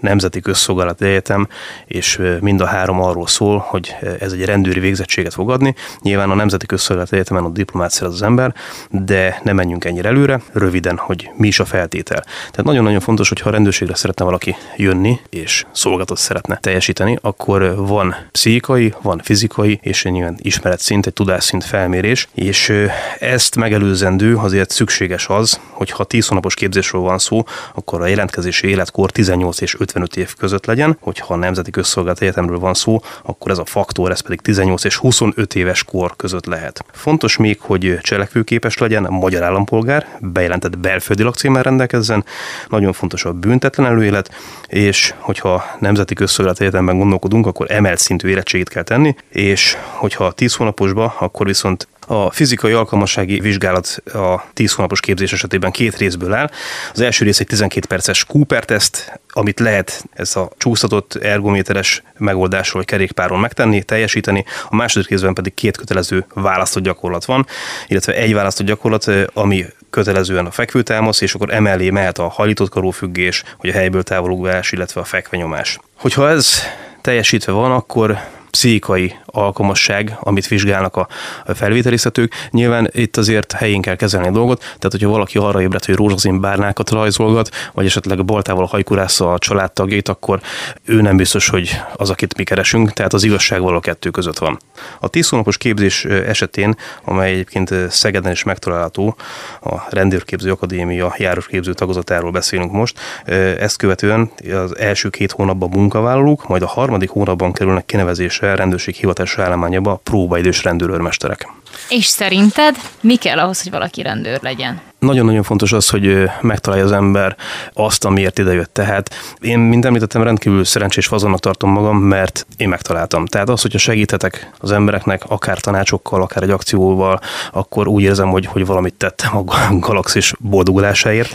[SPEAKER 4] Nemzeti Közszolgálati Egyetem, és mind a három arról szól, hogy ez egy rendőri végzettséget fog adni. Nyilván a Nemzeti Közszolgálati Egyetemen ott diplomát szerez az ember, de ne menjünk ennyire előre, röviden, hogy mi is a feltétel. Tehát nagyon-nagyon fontos, hogy ha a rendőrségre szeretne valaki jönni, és szolgálatot szeretne teljesíteni, akkor van pszichikai, van fizikai, és nyilván ismeretszint, egy tudásszint felmérés, és ezt megelőzendő azért szükséges az, hogy ha tíz hónapos képzésről van szó, akkor a jelentkezési életkor tizennyolc és ötvenöt év között legyen, hogyha a Nemzeti Közszolgálati Egyetemről van szó, akkor ez a faktor, ez pedig tizennyolc és huszonöt éves kor között lehet. Fontos még, hogy cselekvőképes legyen, magyar állampolgár, bejelentett belföldi lakcímmel rendelkezzen, nagyon fontos a büntetlen előélet, és hogyha Nemzeti Közszolgálati Egyetemben gondolkodunk, akkor emelt szintű érettségit kell tenni, és hogyha tíz hónaposba, akkor viszont a fizikai alkalmassági vizsgálat a tíz hónapos képzés esetében két részből áll. Az első rész egy tizenkét perces Cooper-teszt, amit lehet ez a csúsztatott ergométeres megoldásról kerékpáron megtenni, teljesíteni. A második részben pedig két kötelező választott gyakorlat van, illetve egy választott gyakorlat, ami kötelezően a fekvőtámasz, és akkor emellé mehet a hajlított karófüggés, vagy a helyből távolugás, illetve a fekvenyomás. Hogyha ez teljesítve van, akkor pszichikai alkalmasság, amit vizsgálnak a felvételiztetők. Nyilván itt azért helyén kell kezelni a dolgot, tehát hogyha valaki arra ébred, hogy rózsaszín bárnákat rajzolgat, vagy esetleg baltával hajkurásza a családtagjait, akkor ő nem biztos, hogy az, akit mi keresünk, tehát az igazság való kettő között van. A tíz hónapos képzés esetén, amely egyébként Szegeden is megtalálható, a Rendőrképző Akadémia járusképző tagozatáról beszélünk most, ezt követően az első két hónapban munkavállalók, majd a harmadik hónapban kerülnek kinevezésre rendőrség hivatásos állományába próbaidős rendőrőrmesterek.
[SPEAKER 3] És szerinted mi kell ahhoz, hogy valaki rendőr legyen?
[SPEAKER 4] Nagyon-nagyon fontos az, hogy megtalálja az ember azt, amiért idejött. Tehát én, mint említettem, rendkívül szerencsés fazonnak tartom magam, mert én megtaláltam. Tehát az, hogyha segíthetek az embereknek, akár tanácsokkal, akár egy akcióval, akkor úgy érzem, hogy, hogy valamit tettem a galaxis boldogulásáért,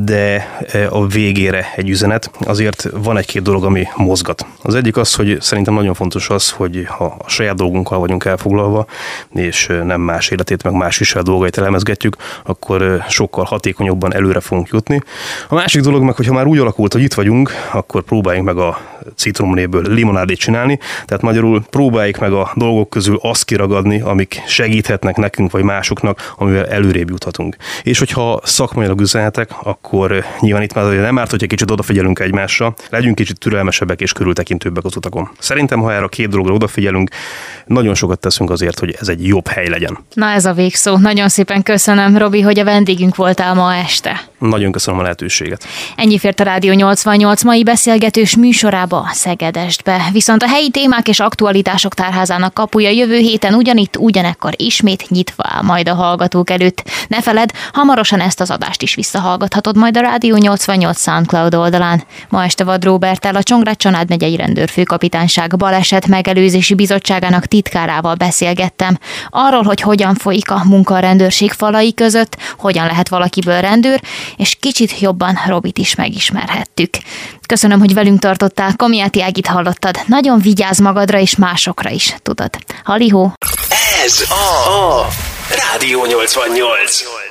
[SPEAKER 4] de a végére egy üzenet. Azért van egy-két dolog, ami mozgat. Az egyik az, hogy szerintem nagyon fontos az, hogy ha a saját dolgunkkal vagyunk elfoglalva, és nem más életét, meg más visel dolgait elemezgetjük, akkor sokkal hatékonyabban előre fogunk jutni. A másik dolog meg, hogy ha már úgy alakult, hogy itt vagyunk, akkor próbáljunk meg a citromléből limonádét csinálni, tehát magyarul próbáljuk meg a dolgok közül azt kiragadni, amik segíthetnek nekünk vagy másoknak, amivel előrébb juthatunk. És hogyha szakmailag üzenhetek, akkor nyilván itt már nem árt, hogy egy kicsit odafigyelünk egymásra, legyünk kicsit türelmesebbek és körültekintőbbek az utakon. Szerintem, ha erre a két dologra odafigyelünk, nagyon sokat teszünk azért, hogy ez egy jobb hely legyen.
[SPEAKER 3] Na ez a végszó. Nagyon szépen köszönöm, Robi, hogy a vendégünk voltál ma este.
[SPEAKER 4] Nagyon köszönöm a lehetőséget.
[SPEAKER 3] Ennyi fért a Rádió nyolcvannyolc mai beszélgetős műsorába, Szegedestbe. Viszont a helyi témák és aktualitások tárházának kapuja jövő héten ugyanitt, ugyanekkor ismét nyitva áll majd a hallgatók előtt. Ne feledd, hamarosan ezt az adást is visszahallgathatod majd a Rádió nyolcvannyolc SoundCloud oldalán. Ma este Vad Róberttel, a Csongrád-Csanád megyei rendőrfőkapitányság baleset megelőzési bizottságának titkárával beszélgettem. Arról, hogy hogyan folyik a munka a rendőrség falai között, hogyan lehet valakiből rendőr, és kicsit jobban Robit is megismerhettük. Köszönöm, hogy velünk tartottál, Komiáti Ágit hallottad. Nagyon vigyázz magadra és másokra is, tudod. Halihó!
[SPEAKER 2] Ez a, a Rádió nyolcvannyolc.